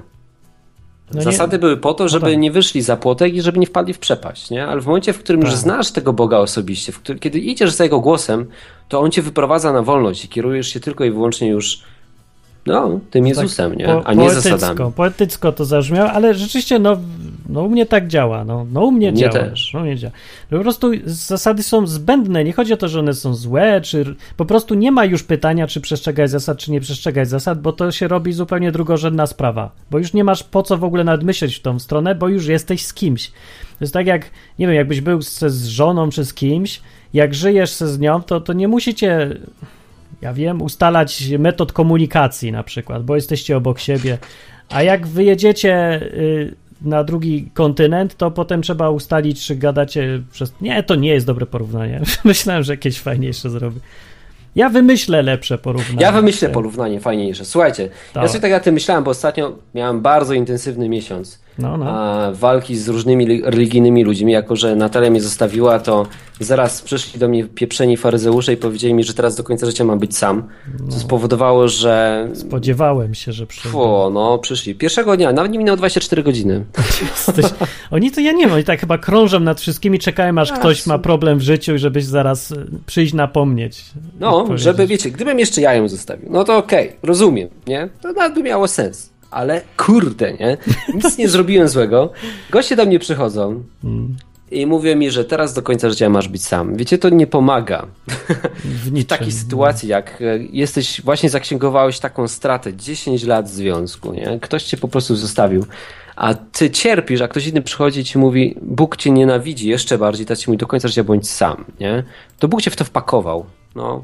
Speaker 4: No Zasady nie... były po to, żeby no tak. nie wyszli za płotek i żeby nie wpadli w przepaść, nie? Ale w momencie, w którym tak. już znasz tego Boga osobiście, w którym, kiedy idziesz za Jego głosem, to On cię wyprowadza na wolność i kierujesz się tylko i wyłącznie już no, tym no Jezusem, tak, nie? A nie zasadami.
Speaker 3: Poetycko to zabrzmiało, ale rzeczywiście no, no u mnie tak działa. No, no u mnie,
Speaker 4: mnie
Speaker 3: działa.
Speaker 4: Też.
Speaker 3: No, mnie działa. Po prostu zasady są zbędne. Nie chodzi o to, że one są złe, czy po prostu nie ma już pytania, czy przestrzegać zasad, czy nie przestrzegać zasad, bo to się robi zupełnie drugorzędna sprawa. Bo już nie masz po co w ogóle nawet myśleć w tą stronę, bo już jesteś z kimś. To jest tak jak, nie wiem, jakbyś był z, z żoną, czy z kimś, jak żyjesz se z nią, to, to nie musicie... Ja wiem, ustalać metod komunikacji na przykład, bo jesteście obok siebie, a jak wyjedziecie na drugi kontynent, to potem trzeba ustalić, czy gadacie przez... Nie, to nie jest dobre porównanie. Myślałem, że jakieś fajniejsze zrobię. Ja wymyślę lepsze porównanie.
Speaker 4: Ja wymyślę porównanie fajniejsze. Słuchajcie, tak. ja sobie tak na tym myślałem, bo ostatnio miałem bardzo intensywny miesiąc no, no. A, walki z różnymi religijnymi ludźmi. Jako że Natalia mnie zostawiła, to zaraz przyszli do mnie pieprzeni faryzeusze i powiedzieli mi, że teraz do końca życia mam być sam. No. Co spowodowało, że...
Speaker 3: Spodziewałem się, że przyjdą.
Speaker 4: Fu, no przyszli. Pierwszego dnia, nawet nie minęło dwadzieścia cztery godziny.
Speaker 3: Jesteś... Oni to ja nie wiem, oni tak chyba krążą nad wszystkimi, czekają aż ktoś ma problem w życiu i żebyś zaraz przyjść napomnieć.
Speaker 4: No, żeby, wiecie, gdybym jeszcze ja ją zostawił, no to okej, okay, rozumiem, nie? To nawet by miało sens. Ale kurde, nie? Nic nie zrobiłem złego. Goście do mnie przychodzą mm. i mówią mi, że teraz do końca życia masz być sam. Wiecie, to nie pomaga. W, w takiej sytuacji, jak jesteś, właśnie zaksięgowałeś taką stratę, dziesięć lat związku, nie? Ktoś cię po prostu zostawił, a ty cierpisz, a ktoś inny przychodzi i ci mówi, Bóg cię nienawidzi jeszcze bardziej, teraz ci mówi, do końca życia bądź sam, nie? To Bóg cię w to wpakował. No...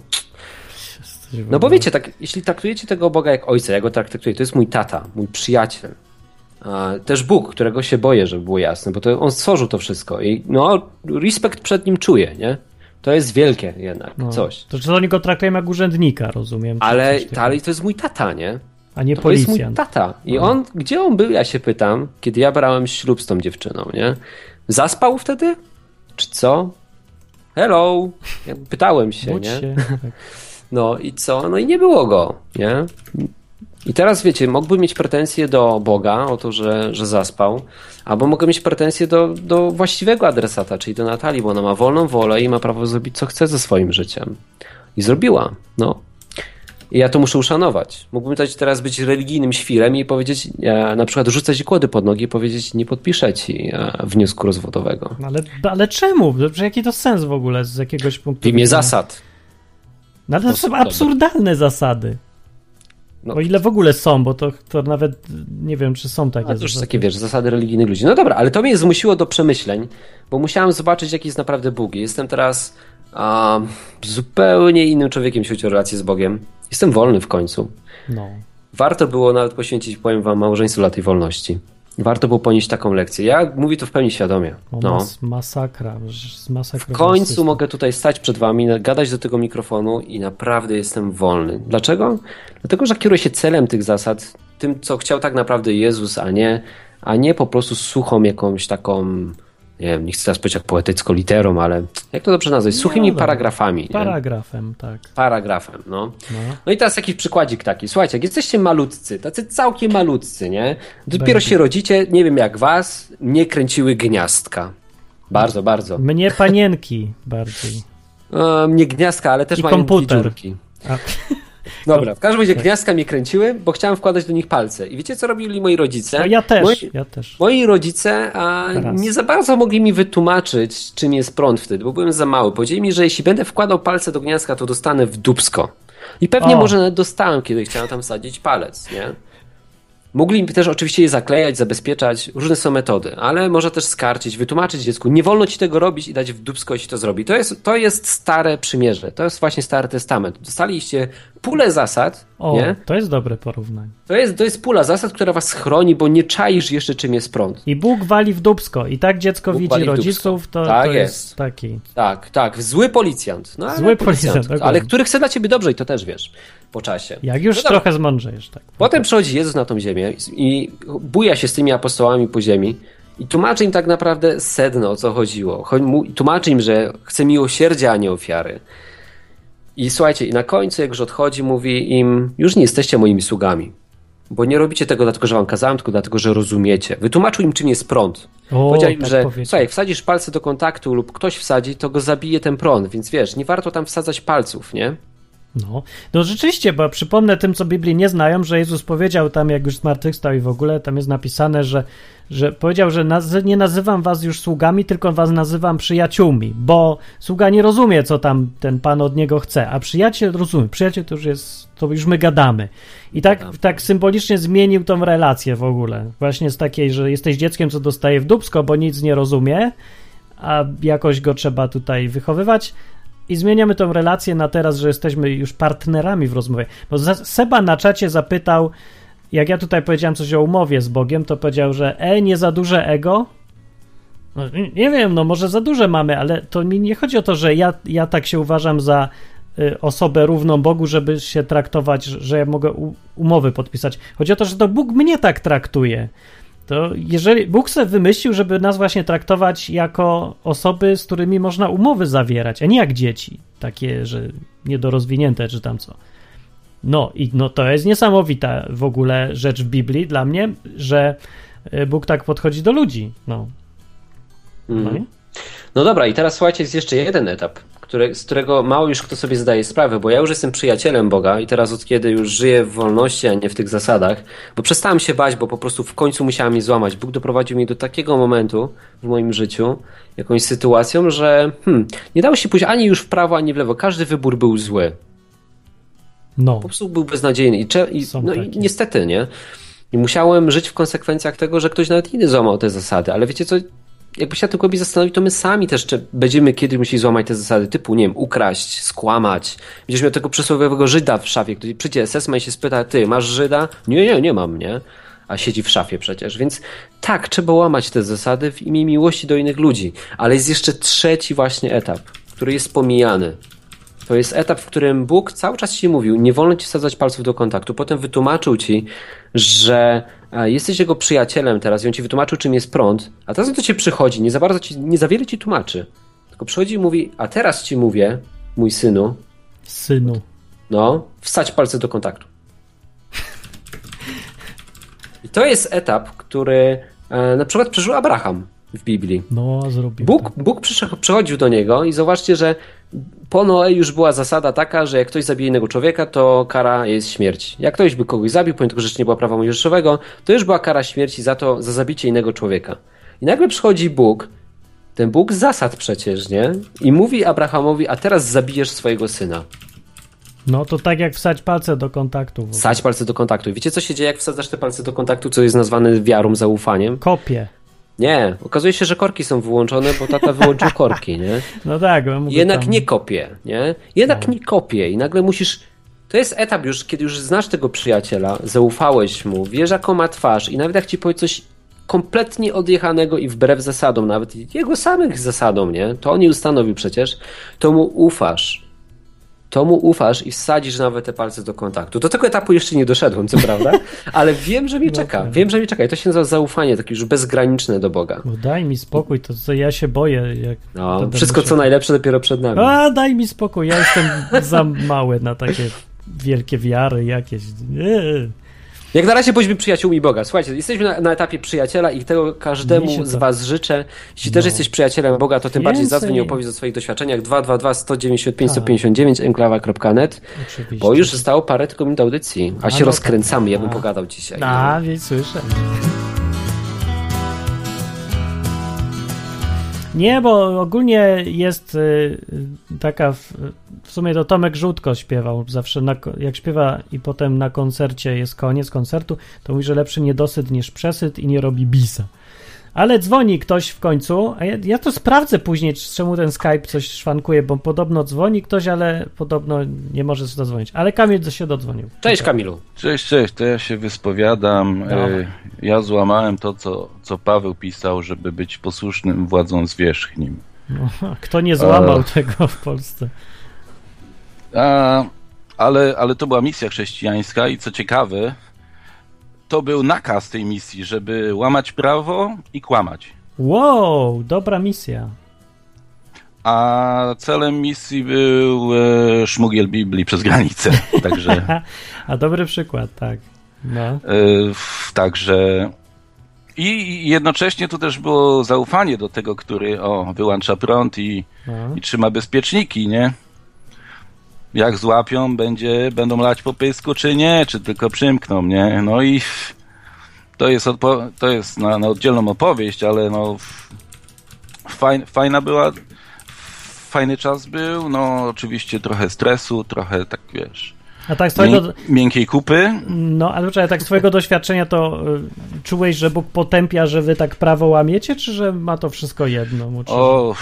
Speaker 4: No bo wiecie, tak, jeśli traktujecie tego Boga jak ojca, ja go traktuję, to jest mój tata, mój przyjaciel. A też Bóg, którego się boję, żeby było jasne, bo to on stworzył to wszystko i no, respekt przed nim czuję, nie? To jest wielkie jednak no, coś.
Speaker 3: To czy oni go traktują jak urzędnika, rozumiem?
Speaker 4: Ale, ale to jest mój tata, nie?
Speaker 3: A nie
Speaker 4: to
Speaker 3: policjant.
Speaker 4: To jest mój tata. I no. on, gdzie on był, ja się pytam, kiedy ja brałem ślub z tą dziewczyną, nie? Zaspał wtedy? Czy co? Hello! Ja pytałem się, Budź nie? Się. No i co? No i nie było go, nie? I teraz wiecie, mógłbym mieć pretensje do Boga o to, że, że zaspał, albo mogę mieć pretensje do, do właściwego adresata, czyli do Natalii, bo ona ma wolną wolę i ma prawo zrobić co chce ze swoim życiem. I zrobiła, no. I ja to muszę uszanować. Mógłbym teraz być religijnym świrem i powiedzieć, e, na przykład rzucać kłody pod nogi i powiedzieć, nie podpiszę ci e, wniosku rozwodowego.
Speaker 3: Ale, ale czemu? Jaki to sens w ogóle z jakiegoś punktu
Speaker 4: W imię zasad.
Speaker 3: No ale to są absurdalne zasady.
Speaker 4: No.
Speaker 3: O ile w ogóle są, bo to, to nawet nie wiem, czy są takie
Speaker 4: A to już
Speaker 3: zasady.
Speaker 4: takie, wiesz, zasady religijnych ludzi. No dobra, ale to mnie zmusiło do przemyśleń, bo musiałem zobaczyć, jaki jest naprawdę Bóg. Jestem teraz a, zupełnie innym człowiekiem, jeśli chodzi o relację z Bogiem. Jestem wolny w końcu.
Speaker 3: No.
Speaker 4: Warto było nawet poświęcić, powiem wam, małżeństwu dla tej wolności. Warto było ponieść taką lekcję. Ja mówię to w pełni świadomie.
Speaker 3: O,
Speaker 4: No.
Speaker 3: mas, masakra.
Speaker 4: W końcu mogę tutaj stać przed wami, gadać do tego mikrofonu i naprawdę jestem wolny. Dlaczego? Dlatego, że kieruję się celem tych zasad, tym, co chciał tak naprawdę Jezus, a nie, a nie po prostu suchą jakąś taką, nie wiem, nie chcę teraz powiedzieć jak poetycką literą, ale jak to dobrze nazwać? Suchymi
Speaker 3: no,
Speaker 4: paragrafami.
Speaker 3: Paragrafem, nie? Tak.
Speaker 4: Paragrafem, no.
Speaker 3: no.
Speaker 4: No i teraz jakiś przykładzik taki. Słuchajcie, jak jesteście malutcy, tacy całkiem malutcy, nie? Dopiero
Speaker 3: Będzie.
Speaker 4: się rodzicie, nie wiem jak was, mnie kręciły gniazdka. Bardzo, bardzo.
Speaker 3: Mnie panienki bardziej.
Speaker 4: E, mnie gniazdka, ale też
Speaker 3: I
Speaker 4: mają
Speaker 3: komputer.
Speaker 4: dziurki.
Speaker 3: A,
Speaker 4: Dobra, w każdym razie gniazdka mnie kręciły, bo chciałem wkładać do nich palce. I wiecie, co robili moi rodzice?
Speaker 3: no ja też,
Speaker 4: Moi,
Speaker 3: ja też.
Speaker 4: moi rodzice a, nie za bardzo mogli mi wytłumaczyć, czym jest prąd wtedy, bo byłem za mały. Powiedzieli mi, że jeśli będę wkładał palce do gniazdka, to dostanę w dupsko. I pewnie
Speaker 3: O.
Speaker 4: może nawet dostałem, kiedy chciałem tam wsadzić palec, nie? Mogli też oczywiście je zaklejać, zabezpieczać, różne są metody, ale można też skarcić, wytłumaczyć dziecku, nie wolno ci tego robić i dać w dupsko, jeśli to zrobi. To jest, to jest stare przymierze, to jest właśnie Stary Testament. Dostaliście pulę zasad,
Speaker 3: O,
Speaker 4: nie?
Speaker 3: to jest dobre porównanie.
Speaker 4: To jest, to jest pula zasad, która was chroni, bo nie czaisz jeszcze, czym jest prąd.
Speaker 3: I Bóg wali w dupsko. I tak dziecko
Speaker 4: Bóg
Speaker 3: widzi
Speaker 4: wali w
Speaker 3: rodziców, to,
Speaker 4: Tak
Speaker 3: to jest.
Speaker 4: jest.
Speaker 3: taki.
Speaker 4: Tak, tak, zły policjant. No, ale
Speaker 3: Zły policjant, dokładnie.
Speaker 4: ale który chce dla ciebie dobrze i to też wiesz po czasie.
Speaker 3: Jak już
Speaker 4: No dobra.
Speaker 3: trochę zmądrzejesz. Tak.
Speaker 4: Potem przychodzi Jezus na tą ziemię i buja się z tymi apostołami po ziemi i tłumaczy im tak naprawdę sedno, o co chodziło. Tłumaczy im, że chce miłosierdzia, a nie ofiary. I słuchajcie, i na końcu, jak już odchodzi, mówi im, już nie jesteście moimi sługami, bo nie robicie tego dlatego, że wam kazałem, tylko dlatego, że rozumiecie. Wytłumaczył im, czym jest prąd.
Speaker 3: O,
Speaker 4: Powiedział im,
Speaker 3: tak
Speaker 4: że
Speaker 3: powiedział.
Speaker 4: słuchaj, jak wsadzisz palce do kontaktu lub ktoś wsadzi, to go zabije ten prąd, więc wiesz, nie warto tam wsadzać palców, nie?
Speaker 3: No. no rzeczywiście, bo przypomnę tym, co Biblii nie znają, że Jezus powiedział tam, jak już zmartwychwstał i w ogóle, tam jest napisane, że, że powiedział, że naz- nie nazywam was już sługami, tylko was nazywam przyjaciółmi, bo sługa nie rozumie, co tam ten Pan od niego chce, a przyjaciel rozumie. Przyjaciel to już jest, to już my gadamy. I tak, tak symbolicznie zmienił tą relację w ogóle. Właśnie z takiej, że jesteś dzieckiem, co dostaje w dupsko, bo nic nie rozumie, a jakoś go trzeba tutaj wychowywać. I zmieniamy tą relację na teraz, że jesteśmy już partnerami w rozmowie. Bo Seba na czacie zapytał, jak ja tutaj powiedziałem coś o umowie z Bogiem, to powiedział, że e, nie za duże ego? No, nie wiem, no może za duże mamy, ale to mi nie chodzi o to, że ja, ja tak się uważam za y, osobę równą Bogu, żeby się traktować, że ja mogę u, umowy podpisać. Chodzi o to, że to Bóg mnie tak traktuje. To jeżeli Bóg sobie wymyślił, żeby nas właśnie traktować jako osoby, z którymi można umowy zawierać, a nie jak dzieci, takie, że niedorozwinięte czy tam co. No i no to jest niesamowita w ogóle rzecz w Biblii dla mnie, że Bóg tak podchodzi do ludzi. No,
Speaker 4: Mm.
Speaker 3: no, i?
Speaker 4: No dobra, i teraz słuchajcie, jest jeszcze jeden etap, który, z którego mało już kto sobie zdaje sprawę, bo ja już jestem przyjacielem Boga i teraz od kiedy już żyję w wolności, a nie w tych zasadach, bo przestałem się bać, bo po prostu w końcu musiałem je złamać. Bóg doprowadził mnie do takiego momentu w moim życiu, jakąś sytuacją, że hmm, nie dało się pójść ani już w prawo, ani w lewo. Każdy wybór był zły.
Speaker 3: No.
Speaker 4: Po prostu był beznadziejny. I, cze- i,
Speaker 3: Są
Speaker 4: no, i
Speaker 3: takie.
Speaker 4: niestety, nie? I musiałem żyć w konsekwencjach tego, że ktoś nawet inny złamał te zasady. Ale wiecie co? Jakby się tylko zastanowić, to my sami też będziemy kiedyś musieli złamać te zasady typu, nie wiem, ukraść, skłamać. Będziesz miał tego przysłowiowego Żyda w szafie, który przyjdzie es es man i się spyta, ty, masz Żyda? Nie, nie, nie mam, nie? A siedzi w szafie przecież. Więc tak, trzeba łamać te zasady w imię miłości do innych ludzi. Ale jest jeszcze trzeci właśnie etap, który jest pomijany. To jest etap, w którym Bóg cały czas ci mówił, nie wolno ci wsadzać palców do kontaktu. Potem wytłumaczył ci, że jesteś jego przyjacielem teraz i on ci wytłumaczył, czym jest prąd, a teraz on do ciebie przychodzi, nie za bardzo ci, nie za wiele ci tłumaczy. Tylko przychodzi i mówi, a teraz ci mówię, mój synu,
Speaker 3: Synu.
Speaker 4: no, wsadź palce do kontaktu. I to jest etap, który e, na przykład przeżył Abraham. w Biblii.
Speaker 3: No, zrobił
Speaker 4: Bóg,
Speaker 3: tak.
Speaker 4: Bóg przychodził do niego i zauważcie, że po Noe już była zasada taka, że jak ktoś zabije innego człowieka, to kara jest śmierć. Jak ktoś by kogoś zabił, pomimo tego, że nie była prawa mojżeszowego, to już była kara śmierci za to, za zabicie innego człowieka. I nagle przychodzi Bóg, ten Bóg zasad przecież, nie? I mówi Abrahamowi, a teraz zabijesz swojego syna.
Speaker 3: No to tak jak wsać palce do kontaktu.
Speaker 4: Wsadź palce do kontaktu. I wiecie, co się dzieje, jak wsadzasz te palce do kontaktu, co jest nazwane wiarą, zaufaniem?
Speaker 3: Kopie.
Speaker 4: Nie, okazuje się, że korki są wyłączone, bo tata wyłączył korki, nie?
Speaker 3: No tak. Ja mówię
Speaker 4: Jednak
Speaker 3: tam...
Speaker 4: nie kopie, nie? Jednak
Speaker 3: No.
Speaker 4: nie kopie i nagle musisz... To jest etap już, kiedy już znasz tego przyjaciela, zaufałeś mu, wiesz jaką ma twarz i nawet jak ci powie coś kompletnie odjechanego i wbrew zasadom, nawet jego samych zasadom, nie? To on nie ustanowił przecież, to mu ufasz. To mu ufasz i wsadzisz nawet te palce do kontaktu. Do tego etapu jeszcze nie doszedłem, co prawda, ale wiem, że mnie
Speaker 3: No
Speaker 4: czeka.
Speaker 3: tak.
Speaker 4: Wiem, że mnie czeka i to się nazywa zaufanie, takie już bezgraniczne do Boga.
Speaker 3: No daj mi spokój, to co ja się boję. Jak
Speaker 4: No,
Speaker 3: będę
Speaker 4: wszystko
Speaker 3: musiał-
Speaker 4: co najlepsze dopiero przed nami.
Speaker 3: A, daj mi spokój, ja jestem za mały na takie wielkie wiary jakieś. Nie.
Speaker 4: Jak na razie bądźmy przyjaciółmi Boga. Słuchajcie, jesteśmy na, na etapie przyjaciela i tego
Speaker 3: Mi
Speaker 4: każdemu
Speaker 3: się
Speaker 4: z
Speaker 3: to-
Speaker 4: was życzę. Jeśli
Speaker 3: No.
Speaker 4: też jesteś przyjacielem Boga, to tym bardziej
Speaker 3: Więcej.
Speaker 4: zadzwoń i opowiedz o swoich doświadczeniach dwa dwa dwa, sto dziewięćdziesiąt pięć, sto
Speaker 3: Tak.
Speaker 4: pięćdziesiąt dziewięć enklawa kropka net,
Speaker 3: Oczywiście.
Speaker 4: bo już zostało parę tylko minut audycji, a
Speaker 3: A
Speaker 4: się
Speaker 3: no
Speaker 4: rozkręcamy,
Speaker 3: tak.
Speaker 4: ja bym
Speaker 3: A.
Speaker 4: pogadał dzisiaj.
Speaker 3: A, więc słyszę. Nie, bo ogólnie jest y, taka, w, w sumie to Tomek Żółtko śpiewał zawsze, na, ko- jak śpiewa i potem na koncercie jest koniec koncertu, to mówi, że lepszy niedosyt niż przesyt i nie robi bisa. Ale dzwoni ktoś w końcu, a ja, ja to sprawdzę później, czy- czemu ten Skype coś szwankuje, bo podobno dzwoni ktoś, ale podobno nie może się dodzwonić. Ale Kamil się dodzwonił.
Speaker 4: Cześć Kamilu.
Speaker 7: Cześć, cześć, to ja się wyspowiadam.
Speaker 3: Dawaj.
Speaker 7: E, Ja złamałem to, co, co Paweł pisał, żeby być posłusznym władzom zwierzchnim.
Speaker 3: No, kto nie złamał
Speaker 7: E.
Speaker 3: tego w Polsce?
Speaker 7: A, ale, ale to była misja chrześcijańska i co ciekawe, to był nakaz tej misji, żeby łamać prawo i kłamać.
Speaker 3: Wow, dobra misja.
Speaker 7: A celem misji był e, szmugiel Biblii przez granicę. Także,
Speaker 3: A dobry przykład, tak. No.
Speaker 7: e, w- także i jednocześnie tu też było zaufanie do tego, który o, wyłącza prąd i,
Speaker 3: No.
Speaker 7: i trzyma bezpieczniki, nie? Jak złapią, będzie, będą lać po pysku, czy nie, czy tylko przymkną, nie? No i to jest, odpo- to jest na, na oddzielną opowieść, ale no fajn, fajna była, fajny czas był, no oczywiście trochę stresu, trochę tak, wiesz,
Speaker 3: A tak z twojego,
Speaker 7: mię- miękkiej kupy.
Speaker 3: no, ale czekaj, tak z twojego doświadczenia to y, czułeś, że Bóg potępia, że wy tak prawo łamiecie, czy że ma to wszystko jedno? Mu, czy...
Speaker 7: O,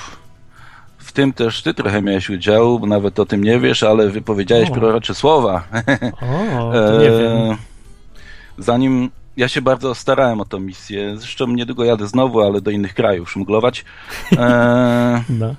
Speaker 7: w tym też ty trochę miałeś udział, bo nawet o tym nie wiesz, ale wypowiedziałeś
Speaker 3: O.
Speaker 7: prorocze słowa.
Speaker 3: O, to nie wiem.
Speaker 7: E, Zanim ja się bardzo starałem o tę misję, zresztą niedługo jadę znowu, ale do innych krajów szmuglować. E,
Speaker 3: No.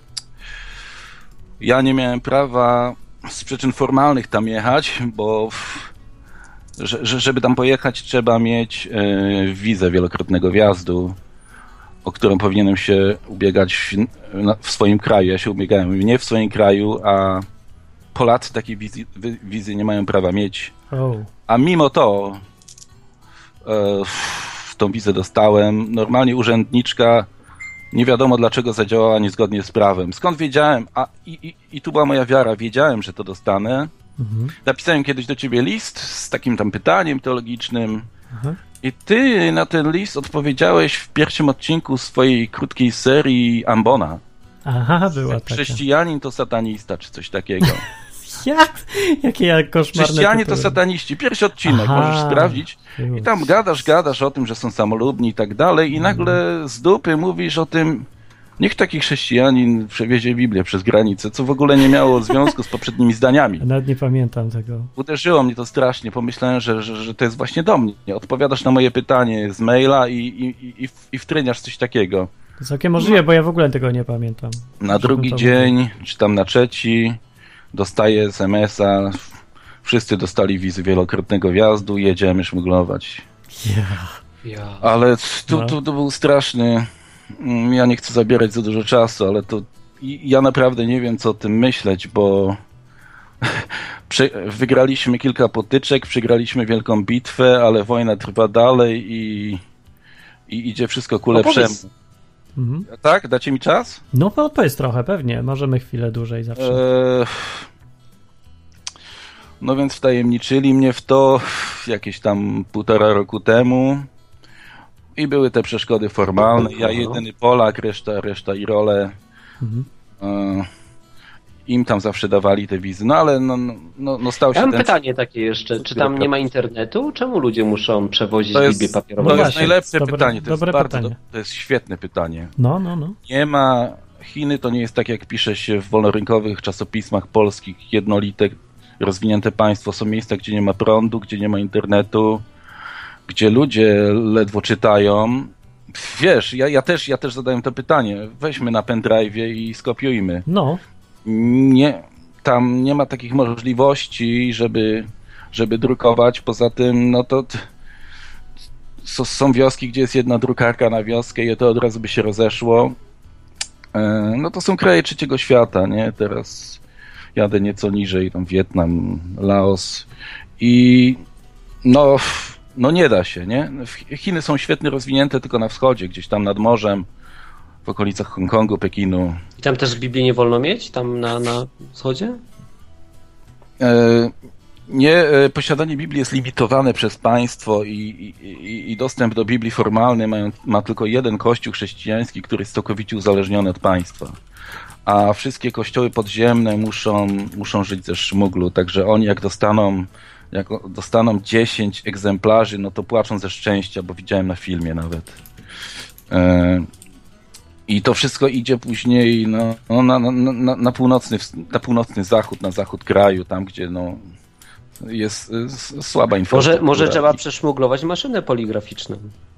Speaker 7: ja nie miałem prawa z przyczyn formalnych tam jechać, bo w, że, że- żeby tam pojechać, trzeba mieć e, wizę wielokrotnego wjazdu, o którą powinienem się ubiegać w, na, w swoim kraju. Ja się ubiegałem nie w swoim kraju, a Polacy takiej wizy, wy- wizy nie mają prawa mieć.
Speaker 3: O.
Speaker 7: A mimo to e, tą wizę dostałem. Normalnie urzędniczka nie wiadomo dlaczego zadziałała niezgodnie z prawem. Skąd wiedziałem? A i, i, i tu była moja wiara. Wiedziałem, że to dostanę.
Speaker 3: Mhm.
Speaker 7: Napisałem kiedyś do ciebie list z takim tam pytaniem teologicznym.
Speaker 3: Aha.
Speaker 7: I ty na ten list odpowiedziałeś w pierwszym odcinku swojej krótkiej serii Ambona.
Speaker 3: Aha, była taka.
Speaker 7: Chrześcijanin to satanista, czy coś takiego.
Speaker 3: Jak? Jakie ja koszmarne
Speaker 7: Chrześcijanie to
Speaker 3: tytuły.
Speaker 7: sataniści. Pierwszy odcinek,
Speaker 3: Aha.
Speaker 7: możesz sprawdzić. I tam gadasz, gadasz o tym, że są samolubni i tak dalej i nagle z dupy mówisz o tym, niech taki chrześcijanin przewiezie Biblię przez granicę, co w ogóle nie miało związku z poprzednimi zdaniami.
Speaker 3: Nawet nie pamiętam tego.
Speaker 7: Uderzyło mnie to strasznie, pomyślałem, że, że, że to jest właśnie do mnie. Odpowiadasz na moje pytanie z maila i, i, i, i wtryniasz coś takiego.
Speaker 3: Całkiem możliwe, bo ja w ogóle tego nie pamiętam.
Speaker 7: Na
Speaker 3: Żebym
Speaker 7: drugi
Speaker 3: to
Speaker 7: dzień, czy tam na trzeci, dostaję es em es a, wszyscy dostali wizy wielokrotnego wjazdu, jedziemy szmuglować.
Speaker 3: Ja.
Speaker 4: Ja.
Speaker 7: Ale tu,
Speaker 3: No.
Speaker 7: tu, tu był straszny. mm, Ja nie chcę zabierać za dużo czasu, ale to i- ja naprawdę nie wiem, co o tym myśleć, bo prze- wygraliśmy kilka potyczek, przegraliśmy wielką bitwę, ale wojna trwa dalej i, i idzie wszystko ku lepszemu.
Speaker 4: Opowiedz,
Speaker 3: Mhm.
Speaker 7: Tak? Dacie mi czas?
Speaker 3: No powiedz trochę, pewnie. Możemy chwilę dłużej zawsze.
Speaker 7: Eee, no więc wtajemniczyli mnie w to jakieś tam półtora roku temu i były te przeszkody formalne. Ja jedyny Polak, reszta, reszta i role. Mhm. Eee, Im tam zawsze dawali te wizy, no ale no, no, no stał się
Speaker 4: Ja mam
Speaker 7: ten...
Speaker 4: pytanie takie jeszcze, czy tam nie ma internetu? Czemu ludzie muszą przewozić
Speaker 7: To jest,
Speaker 4: Biblię papierową?
Speaker 7: to
Speaker 3: No
Speaker 7: jest
Speaker 3: właśnie,
Speaker 7: najlepsze
Speaker 3: dobre,
Speaker 7: pytanie, to jest
Speaker 3: dobre
Speaker 7: bardzo,
Speaker 3: pytanie.
Speaker 7: to jest świetne pytanie.
Speaker 3: No, no, no.
Speaker 7: Nie ma, Chiny to nie jest tak jak pisze się w wolnorynkowych czasopismach polskich, jednolite, rozwinięte państwo. Są miejsca, gdzie nie ma prądu, gdzie nie ma internetu, gdzie ludzie ledwo czytają. Wiesz, ja, ja, też, ja też zadałem to pytanie. Weźmy na pendrive'ie i skopiujmy.
Speaker 3: No.
Speaker 7: Nie, tam nie ma takich możliwości, żeby, żeby drukować. Poza tym, no to t, s, są wioski, gdzie jest jedna drukarka na wioskę i to od razu by się rozeszło. E, no to są kraje trzeciego świata, nie? Teraz jadę nieco niżej, tam Wietnam, Laos i no, no nie da się, nie? Chiny są świetnie rozwinięte tylko na wschodzie, gdzieś tam nad morzem, w okolicach Hongkongu, Pekinu.
Speaker 4: I tam też Biblii nie wolno mieć? Tam na, na wschodzie?
Speaker 7: E, nie, e, posiadanie Biblii jest limitowane przez państwo i, i, i dostęp do Biblii formalny mają, ma tylko jeden kościół chrześcijański, który jest całkowicie uzależniony od państwa. A wszystkie kościoły podziemne muszą, muszą żyć ze szmuglu, także oni jak dostaną, jak dostaną dziesięć egzemplarzy, no to płaczą ze szczęścia, bo widziałem na filmie nawet. E, I to wszystko idzie później no, no, na, na, na, na, północny, na północny zachód, na zachód kraju, tam gdzie no, jest słaba infrastruktura.
Speaker 4: Może, może trzeba przeszmuglować maszynę poligraficzną.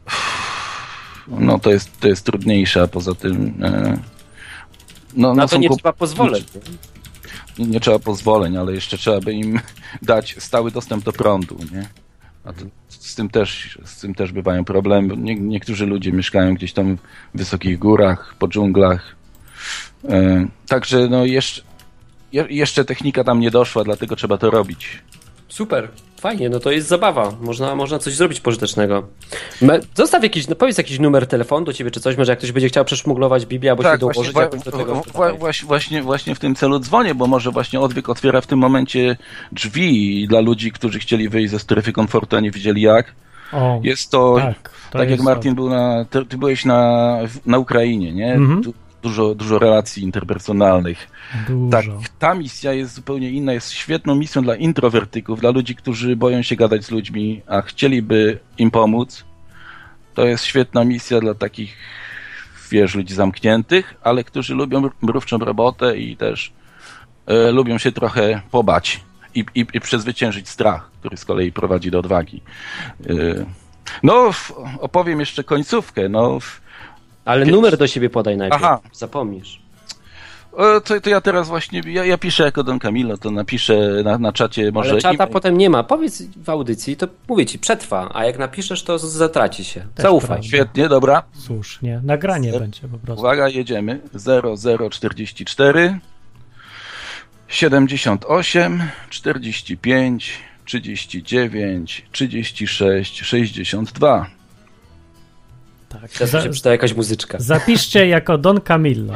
Speaker 7: No to jest, to jest trudniejsze, a poza tym... E, no,
Speaker 4: Na
Speaker 7: no,
Speaker 4: to nie
Speaker 7: kup...
Speaker 4: trzeba pozwoleń.
Speaker 7: Nie, nie trzeba pozwoleń, ale jeszcze trzeba by im dać stały dostęp do prądu, nie? A to, z tym też, z tym też bywają problemy. Nie, niektórzy ludzie mieszkają gdzieś tam w wysokich górach, po dżunglach. E, także no jeszcze, je, jeszcze technika tam nie doszła, dlatego trzeba to robić.
Speaker 4: Super, fajnie, no to jest zabawa. Można, można coś zrobić pożytecznego. Me, zostaw jakiś, no powiedz jakiś numer telefonu do ciebie czy coś, może jak ktoś będzie chciał przeszmuglować Biblię albo
Speaker 7: tak,
Speaker 4: się dołożyć
Speaker 7: właśnie,
Speaker 4: jakoś do tego.
Speaker 7: Właśnie, właśnie, właśnie, właśnie w tym celu dzwonię, bo może właśnie odwyk otwiera w tym momencie drzwi dla ludzi, którzy chcieli wyjść ze strefy komfortu, a nie wiedzieli jak.
Speaker 3: O,
Speaker 7: jest to,
Speaker 3: tak, to
Speaker 7: tak
Speaker 3: jest
Speaker 7: jak Martin
Speaker 3: to.
Speaker 7: był na, ty, ty byłeś na, na Ukrainie, nie?
Speaker 3: Mhm.
Speaker 7: Du, dużo, dużo relacji interpersonalnych.
Speaker 3: Dużo.
Speaker 7: Tak, ta misja jest zupełnie inna, jest świetną misją dla introwertyków, dla ludzi, którzy boją się gadać z ludźmi, a chcieliby im pomóc. To jest świetna misja dla takich, wiesz, ludzi zamkniętych, ale którzy lubią mrówczą robotę i też e, lubią się trochę pobać i, i, i przezwyciężyć strach, który z kolei prowadzi do odwagi. E, no, opowiem jeszcze końcówkę. No,
Speaker 4: Ale
Speaker 7: Kiedyś...
Speaker 4: numer do siebie podaj najpierw,
Speaker 7: Aha.
Speaker 4: zapomnisz.
Speaker 7: To, to ja teraz właśnie, ja, ja piszę jako Don Camillo, to napiszę na, na czacie może...
Speaker 4: Ale czata
Speaker 7: e-mail.
Speaker 4: potem nie ma. Powiedz w audycji, to mówię ci, przetrwa, a jak napiszesz, to zatraci się.
Speaker 3: Też
Speaker 4: Zaufaj.
Speaker 3: prawda.
Speaker 7: Świetnie, dobra.
Speaker 3: Słusznie. Nagranie
Speaker 7: Zer-
Speaker 3: będzie po prostu.
Speaker 7: Uwaga, jedziemy. zero zero czterdzieści cztery siedemdziesiąt osiem czterdzieści pięć trzydzieści dziewięć trzydzieści sześć sześćdziesiąt dwa.
Speaker 3: Tak.
Speaker 4: Teraz
Speaker 3: Za,
Speaker 4: mi się przyda jakaś muzyczka.
Speaker 3: zapiszcie jako Don Camillo.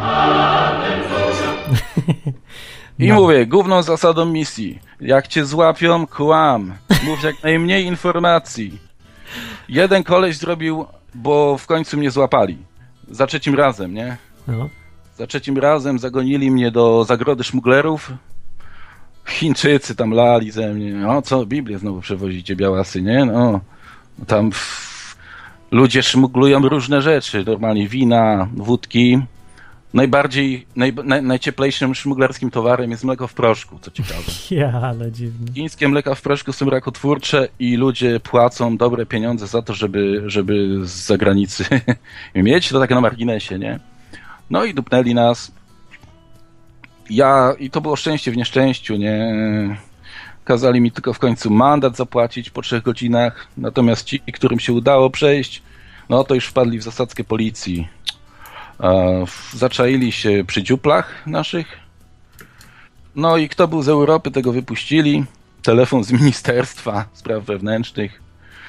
Speaker 7: I
Speaker 3: No.
Speaker 7: mówię, główną zasadą misji, jak cię złapią, kłam. Mów jak najmniej informacji. Jeden koleś zrobił, bo w końcu mnie złapali. Za trzecim razem, nie?
Speaker 3: No.
Speaker 7: Za trzecim razem zagonili mnie do zagrody szmuglerów. Chińczycy tam lali ze mnie. No co, Biblię znowu przewozicie, białasy, nie? No, tam f- ludzie szmuglują różne rzeczy. Normalnie wina, wódki. Najbardziej, naj, naj, najcieplejszym szmuglerskim towarem jest mleko w proszku, co ciekawe.
Speaker 3: Ja, ale dziwnie.
Speaker 7: Chińskie mleka w proszku są rakotwórcze i ludzie płacą dobre pieniądze za to, żeby, żeby z zagranicy mieć. To tak na marginesie, nie? No i dupnęli nas. Ja, i to było szczęście w nieszczęściu, nie? Kazali mi tylko w końcu mandat zapłacić po trzech godzinach, natomiast ci, którym się udało przejść, no to już wpadli w zasadzkę policji. E, zaczaili się przy dziuplach naszych. No i kto był z Europy, tego wypuścili. Telefon z Ministerstwa Spraw Wewnętrznych.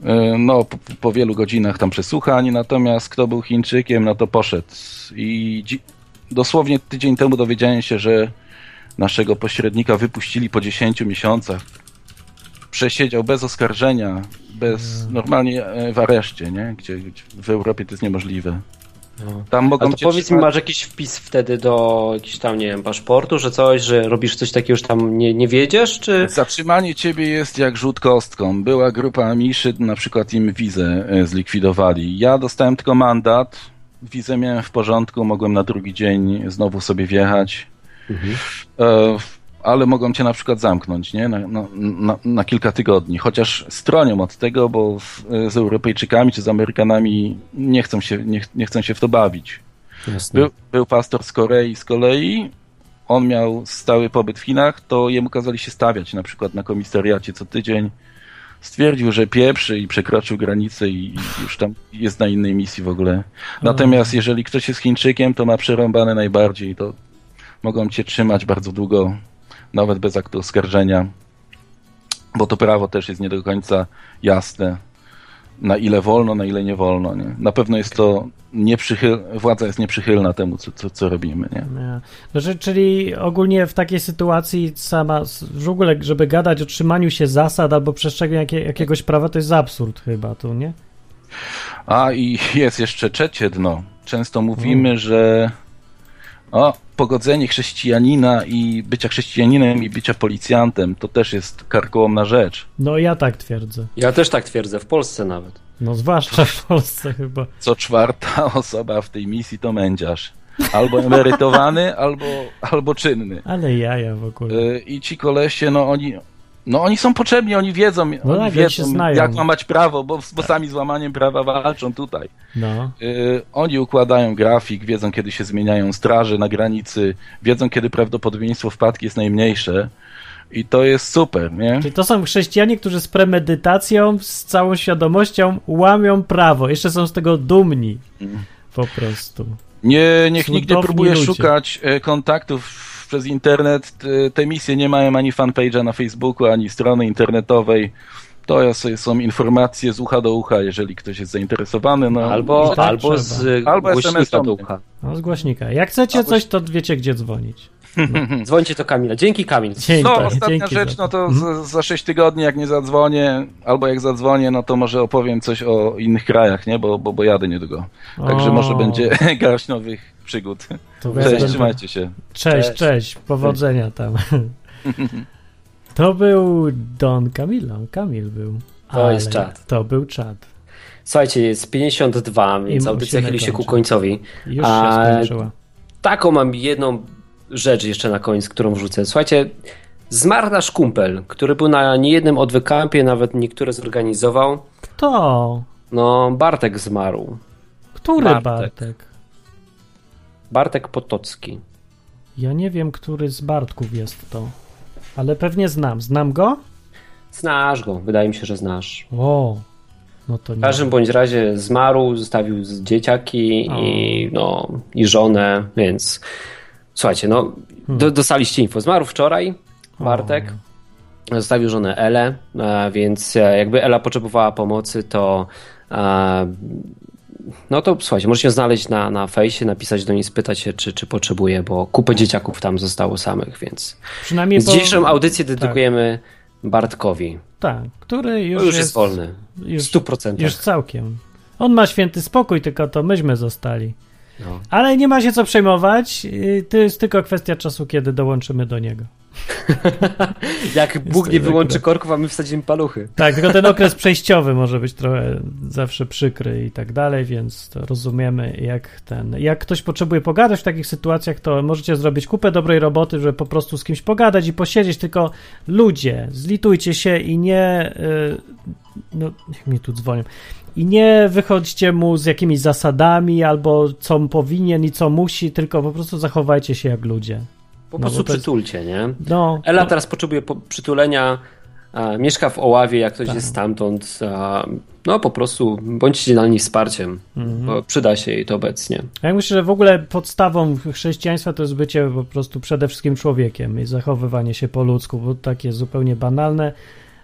Speaker 7: no, po, po wielu godzinach tam przesłuchań, natomiast kto był Chińczykiem, no to poszedł. I dzi- dosłownie tydzień temu dowiedziałem się, że naszego pośrednika wypuścili po dziesięciu miesiącach. Przesiedział bez oskarżenia, bez normalnie w areszcie, nie? Gdzie, gdzie w Europie to jest niemożliwe.
Speaker 4: No.
Speaker 7: Tam mogą
Speaker 4: A to
Speaker 7: cię
Speaker 4: powiedz
Speaker 7: trzymać...
Speaker 4: mi, masz jakiś wpis wtedy do jakiś tam, nie wiem, paszportu, że coś, że robisz coś takiego, że tam nie, nie wiedziesz, czy...
Speaker 7: Zatrzymanie ciebie jest jak rzut kostką. Była grupa Amiszy, na przykład im wizę zlikwidowali. Ja dostałem tylko mandat, wizę miałem w porządku, mogłem na drugi dzień znowu sobie wjechać. Mhm. E, ale mogą cię na przykład zamknąć, nie? Na, na, na, na kilka tygodni. Chociaż stronią od tego, bo w, z Europejczykami czy z Amerykanami nie chcą się, nie, nie chcą się w to bawić. Był, był pastor z Korei z kolei, on miał stały pobyt w Chinach, to jemu kazali się stawiać na przykład na komisariacie co tydzień. Stwierdził, że pieprzy i przekroczył granicę i, i już tam jest na innej misji w ogóle. Natomiast jeżeli ktoś jest Chińczykiem, to ma przerąbane najbardziej. To mogą cię trzymać bardzo długo, nawet bez aktu oskarżenia, bo to prawo też jest nie do końca jasne, na ile wolno, na ile nie wolno. Nie? Na pewno jest to nieprzychyl... władza jest nieprzychylna temu, co, co, co robimy. Nie?
Speaker 3: Znaczy, czyli ogólnie w takiej sytuacji sama, w ogóle, żeby gadać o trzymaniu się zasad albo przestrzeganiu jakie, jakiegoś prawa, to jest absurd chyba tu, nie?
Speaker 7: A i jest jeszcze trzecie dno. Często mówimy, hmm. że o, pogodzenie chrześcijanina i bycia chrześcijaninem i bycia policjantem to też jest karkołomna rzecz.
Speaker 3: No ja tak twierdzę.
Speaker 4: Ja też tak twierdzę, w Polsce nawet.
Speaker 3: No zwłaszcza w Polsce chyba.
Speaker 7: Co czwarta osoba w tej misji to mędziarz. Albo emerytowany, albo, albo czynny.
Speaker 3: Ale jaja w ogóle.
Speaker 7: I ci kolesie, no oni... No oni są potrzebni, oni wiedzą, no oni
Speaker 3: tak,
Speaker 7: wiedzą
Speaker 3: się znają.
Speaker 7: jak ma mać prawo, bo, bo sami z łamaniem prawa walczą tutaj.
Speaker 3: No.
Speaker 7: Y, oni układają grafik, wiedzą kiedy się zmieniają straże na granicy, wiedzą kiedy prawdopodobieństwo wpadki jest najmniejsze i to jest super, nie?
Speaker 3: Czyli to są chrześcijanie, którzy z premedytacją, z całą świadomością łamią prawo. Jeszcze są z tego dumni. Po prostu.
Speaker 7: Nie, niech nikt nie
Speaker 3: Cudowni
Speaker 7: próbuje
Speaker 3: ludzie. szukać
Speaker 7: kontaktów przez internet. Te misje nie mają ani fanpage'a na Facebooku, ani strony internetowej. To są informacje z ucha do ucha, jeżeli ktoś jest zainteresowany. No,
Speaker 4: albo
Speaker 3: tak
Speaker 4: albo z
Speaker 7: albo
Speaker 4: głośnika do ucha.
Speaker 3: No, z głośnika. Jak chcecie albo... coś, to wiecie, gdzie dzwonić.
Speaker 4: No. Dzwońcie do Kamila. Dzięki, Kamil.
Speaker 3: Dzięki,
Speaker 7: no,
Speaker 3: tak,
Speaker 7: ostatnia rzecz, za... no to za, za sześć tygodni, jak nie zadzwonię, albo jak zadzwonię, no to może opowiem coś o innych krajach, nie? Bo, bo, bo jadę niedługo. Także o. może będzie garść nowych przygód. To cześć, trzymajcie się.
Speaker 3: Cześć, cześć, cześć. Powodzenia tam. To był Don Camilo. Kamil był.
Speaker 4: To jest czad.
Speaker 3: To był czad.
Speaker 4: Słuchajcie, jest pięćdziesiąt dwa, więc audycja chyli się ku końcowi.
Speaker 3: Już A, się skończyła.
Speaker 4: Taką mam jedną rzecz jeszcze na koniec, którą wrzucę. Słuchajcie, zmarł nasz kumpel, który był na niejednym odwykampie, nawet niektóre zorganizował.
Speaker 3: Kto?
Speaker 4: No, Bartek zmarł.
Speaker 3: Który Bartek? Bartek?
Speaker 4: Bartek Potocki.
Speaker 3: Ja nie wiem, który z Bartków jest to, ale pewnie znam. Znam go?
Speaker 4: Znasz go, wydaje mi się, że znasz.
Speaker 3: O, no to nie.
Speaker 4: W każdym bądź razie zmarł, zostawił dzieciaki i, no, i żonę, więc słuchajcie, no hmm. do, dostaliście info. Zmarł wczoraj Bartek, o. zostawił żonę Elę, więc jakby Ela potrzebowała pomocy, to no to słuchajcie, możecie znaleźć na, na fejsie, napisać do niej, spytać się, czy, czy potrzebuje, bo kupę dzieciaków tam zostało samych, więc,
Speaker 3: Przynajmniej
Speaker 4: więc
Speaker 3: po...
Speaker 4: dzisiejszą audycję dedykujemy tak. Bartkowi.
Speaker 3: Tak, który już,
Speaker 4: już jest,
Speaker 3: jest
Speaker 4: wolny.
Speaker 3: Już,
Speaker 4: w stu procentach.
Speaker 3: Już całkiem. On ma święty spokój, tylko to myśmy zostali.
Speaker 4: No.
Speaker 3: Ale nie ma się co przejmować, to jest tylko kwestia czasu, kiedy dołączymy do niego.
Speaker 4: Jak Bóg nie wyłączy korków, a my wsadzimy paluchy.
Speaker 3: Tak, tylko ten okres przejściowy może być trochę zawsze przykry i tak dalej, więc to rozumiemy, jak ten. Jak ktoś potrzebuje pogadać w takich sytuacjach, to możecie zrobić kupę dobrej roboty, żeby po prostu z kimś pogadać i posiedzieć, tylko ludzie, zlitujcie się i nie no, niech mi tu dzwonią. I nie wychodźcie mu z jakimiś zasadami albo co powinien i co musi, tylko po prostu zachowajcie się jak ludzie.
Speaker 4: Po prostu no, przytulcie, jest... nie?
Speaker 3: No,
Speaker 4: Ela
Speaker 3: no.
Speaker 4: teraz potrzebuje po- przytulenia, a, mieszka w Oławie, jak ktoś tak. jest stamtąd, a, no po prostu bądźcie dla niej wsparciem, mm-hmm. bo przyda się jej to obecnie.
Speaker 3: Ja myślę, że w ogóle podstawą chrześcijaństwa to jest bycie po prostu przede wszystkim człowiekiem i zachowywanie się po ludzku, bo takie zupełnie banalne,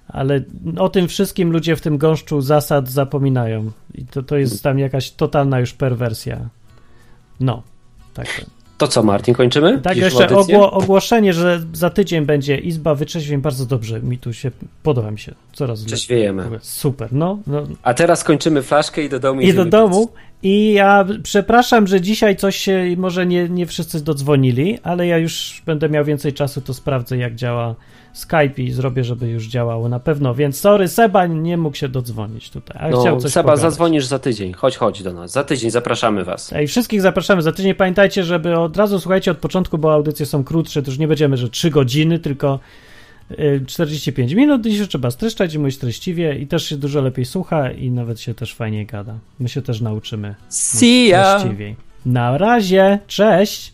Speaker 3: ale o tym wszystkim ludzie w tym gąszczu zasad zapominają. I to, to jest tam jakaś totalna już perwersja. No, tak.
Speaker 4: To co, Martin, kończymy?
Speaker 3: Tak,
Speaker 4: Idziesz
Speaker 3: jeszcze ogło, ogłoszenie, że za tydzień będzie Izba Wytrzeźwień. Bardzo dobrze, mi tu się, podoba mi się. Coraz lepiej.
Speaker 4: Trzeźwiejemy.
Speaker 3: Super, no, no.
Speaker 4: A teraz kończymy flaszkę i do domu
Speaker 3: I do domu. I ja przepraszam, że dzisiaj coś się, może nie, nie wszyscy dodzwonili, ale ja już będę miał więcej czasu, to sprawdzę, jak działa Skype i zrobię, żeby już działało na pewno. Więc sorry, Seba nie mógł się dodzwonić tutaj. A
Speaker 4: no,
Speaker 3: chciał coś
Speaker 4: Seba,
Speaker 3: pogadać.
Speaker 4: zadzwonisz za tydzień. Chodź, chodź do nas. Za tydzień zapraszamy was.
Speaker 3: I wszystkich zapraszamy za tydzień. Pamiętajcie, żeby od razu, słuchajcie, od początku, bo audycje są krótsze, to już nie będziemy, że trzy godziny, tylko czterdzieści pięć minut i się trzeba streszczać i mówić treściwie i też się dużo lepiej słucha i nawet się też fajniej gada. My się też nauczymy
Speaker 4: See ya.
Speaker 3: treściwiej. Na razie, cześć!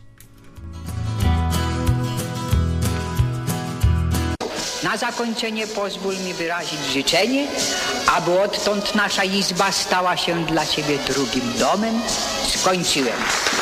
Speaker 1: Na zakończenie pozwól mi wyrazić życzenie, aby odtąd nasza izba stała się dla Ciebie drugim domem. Skończyłem.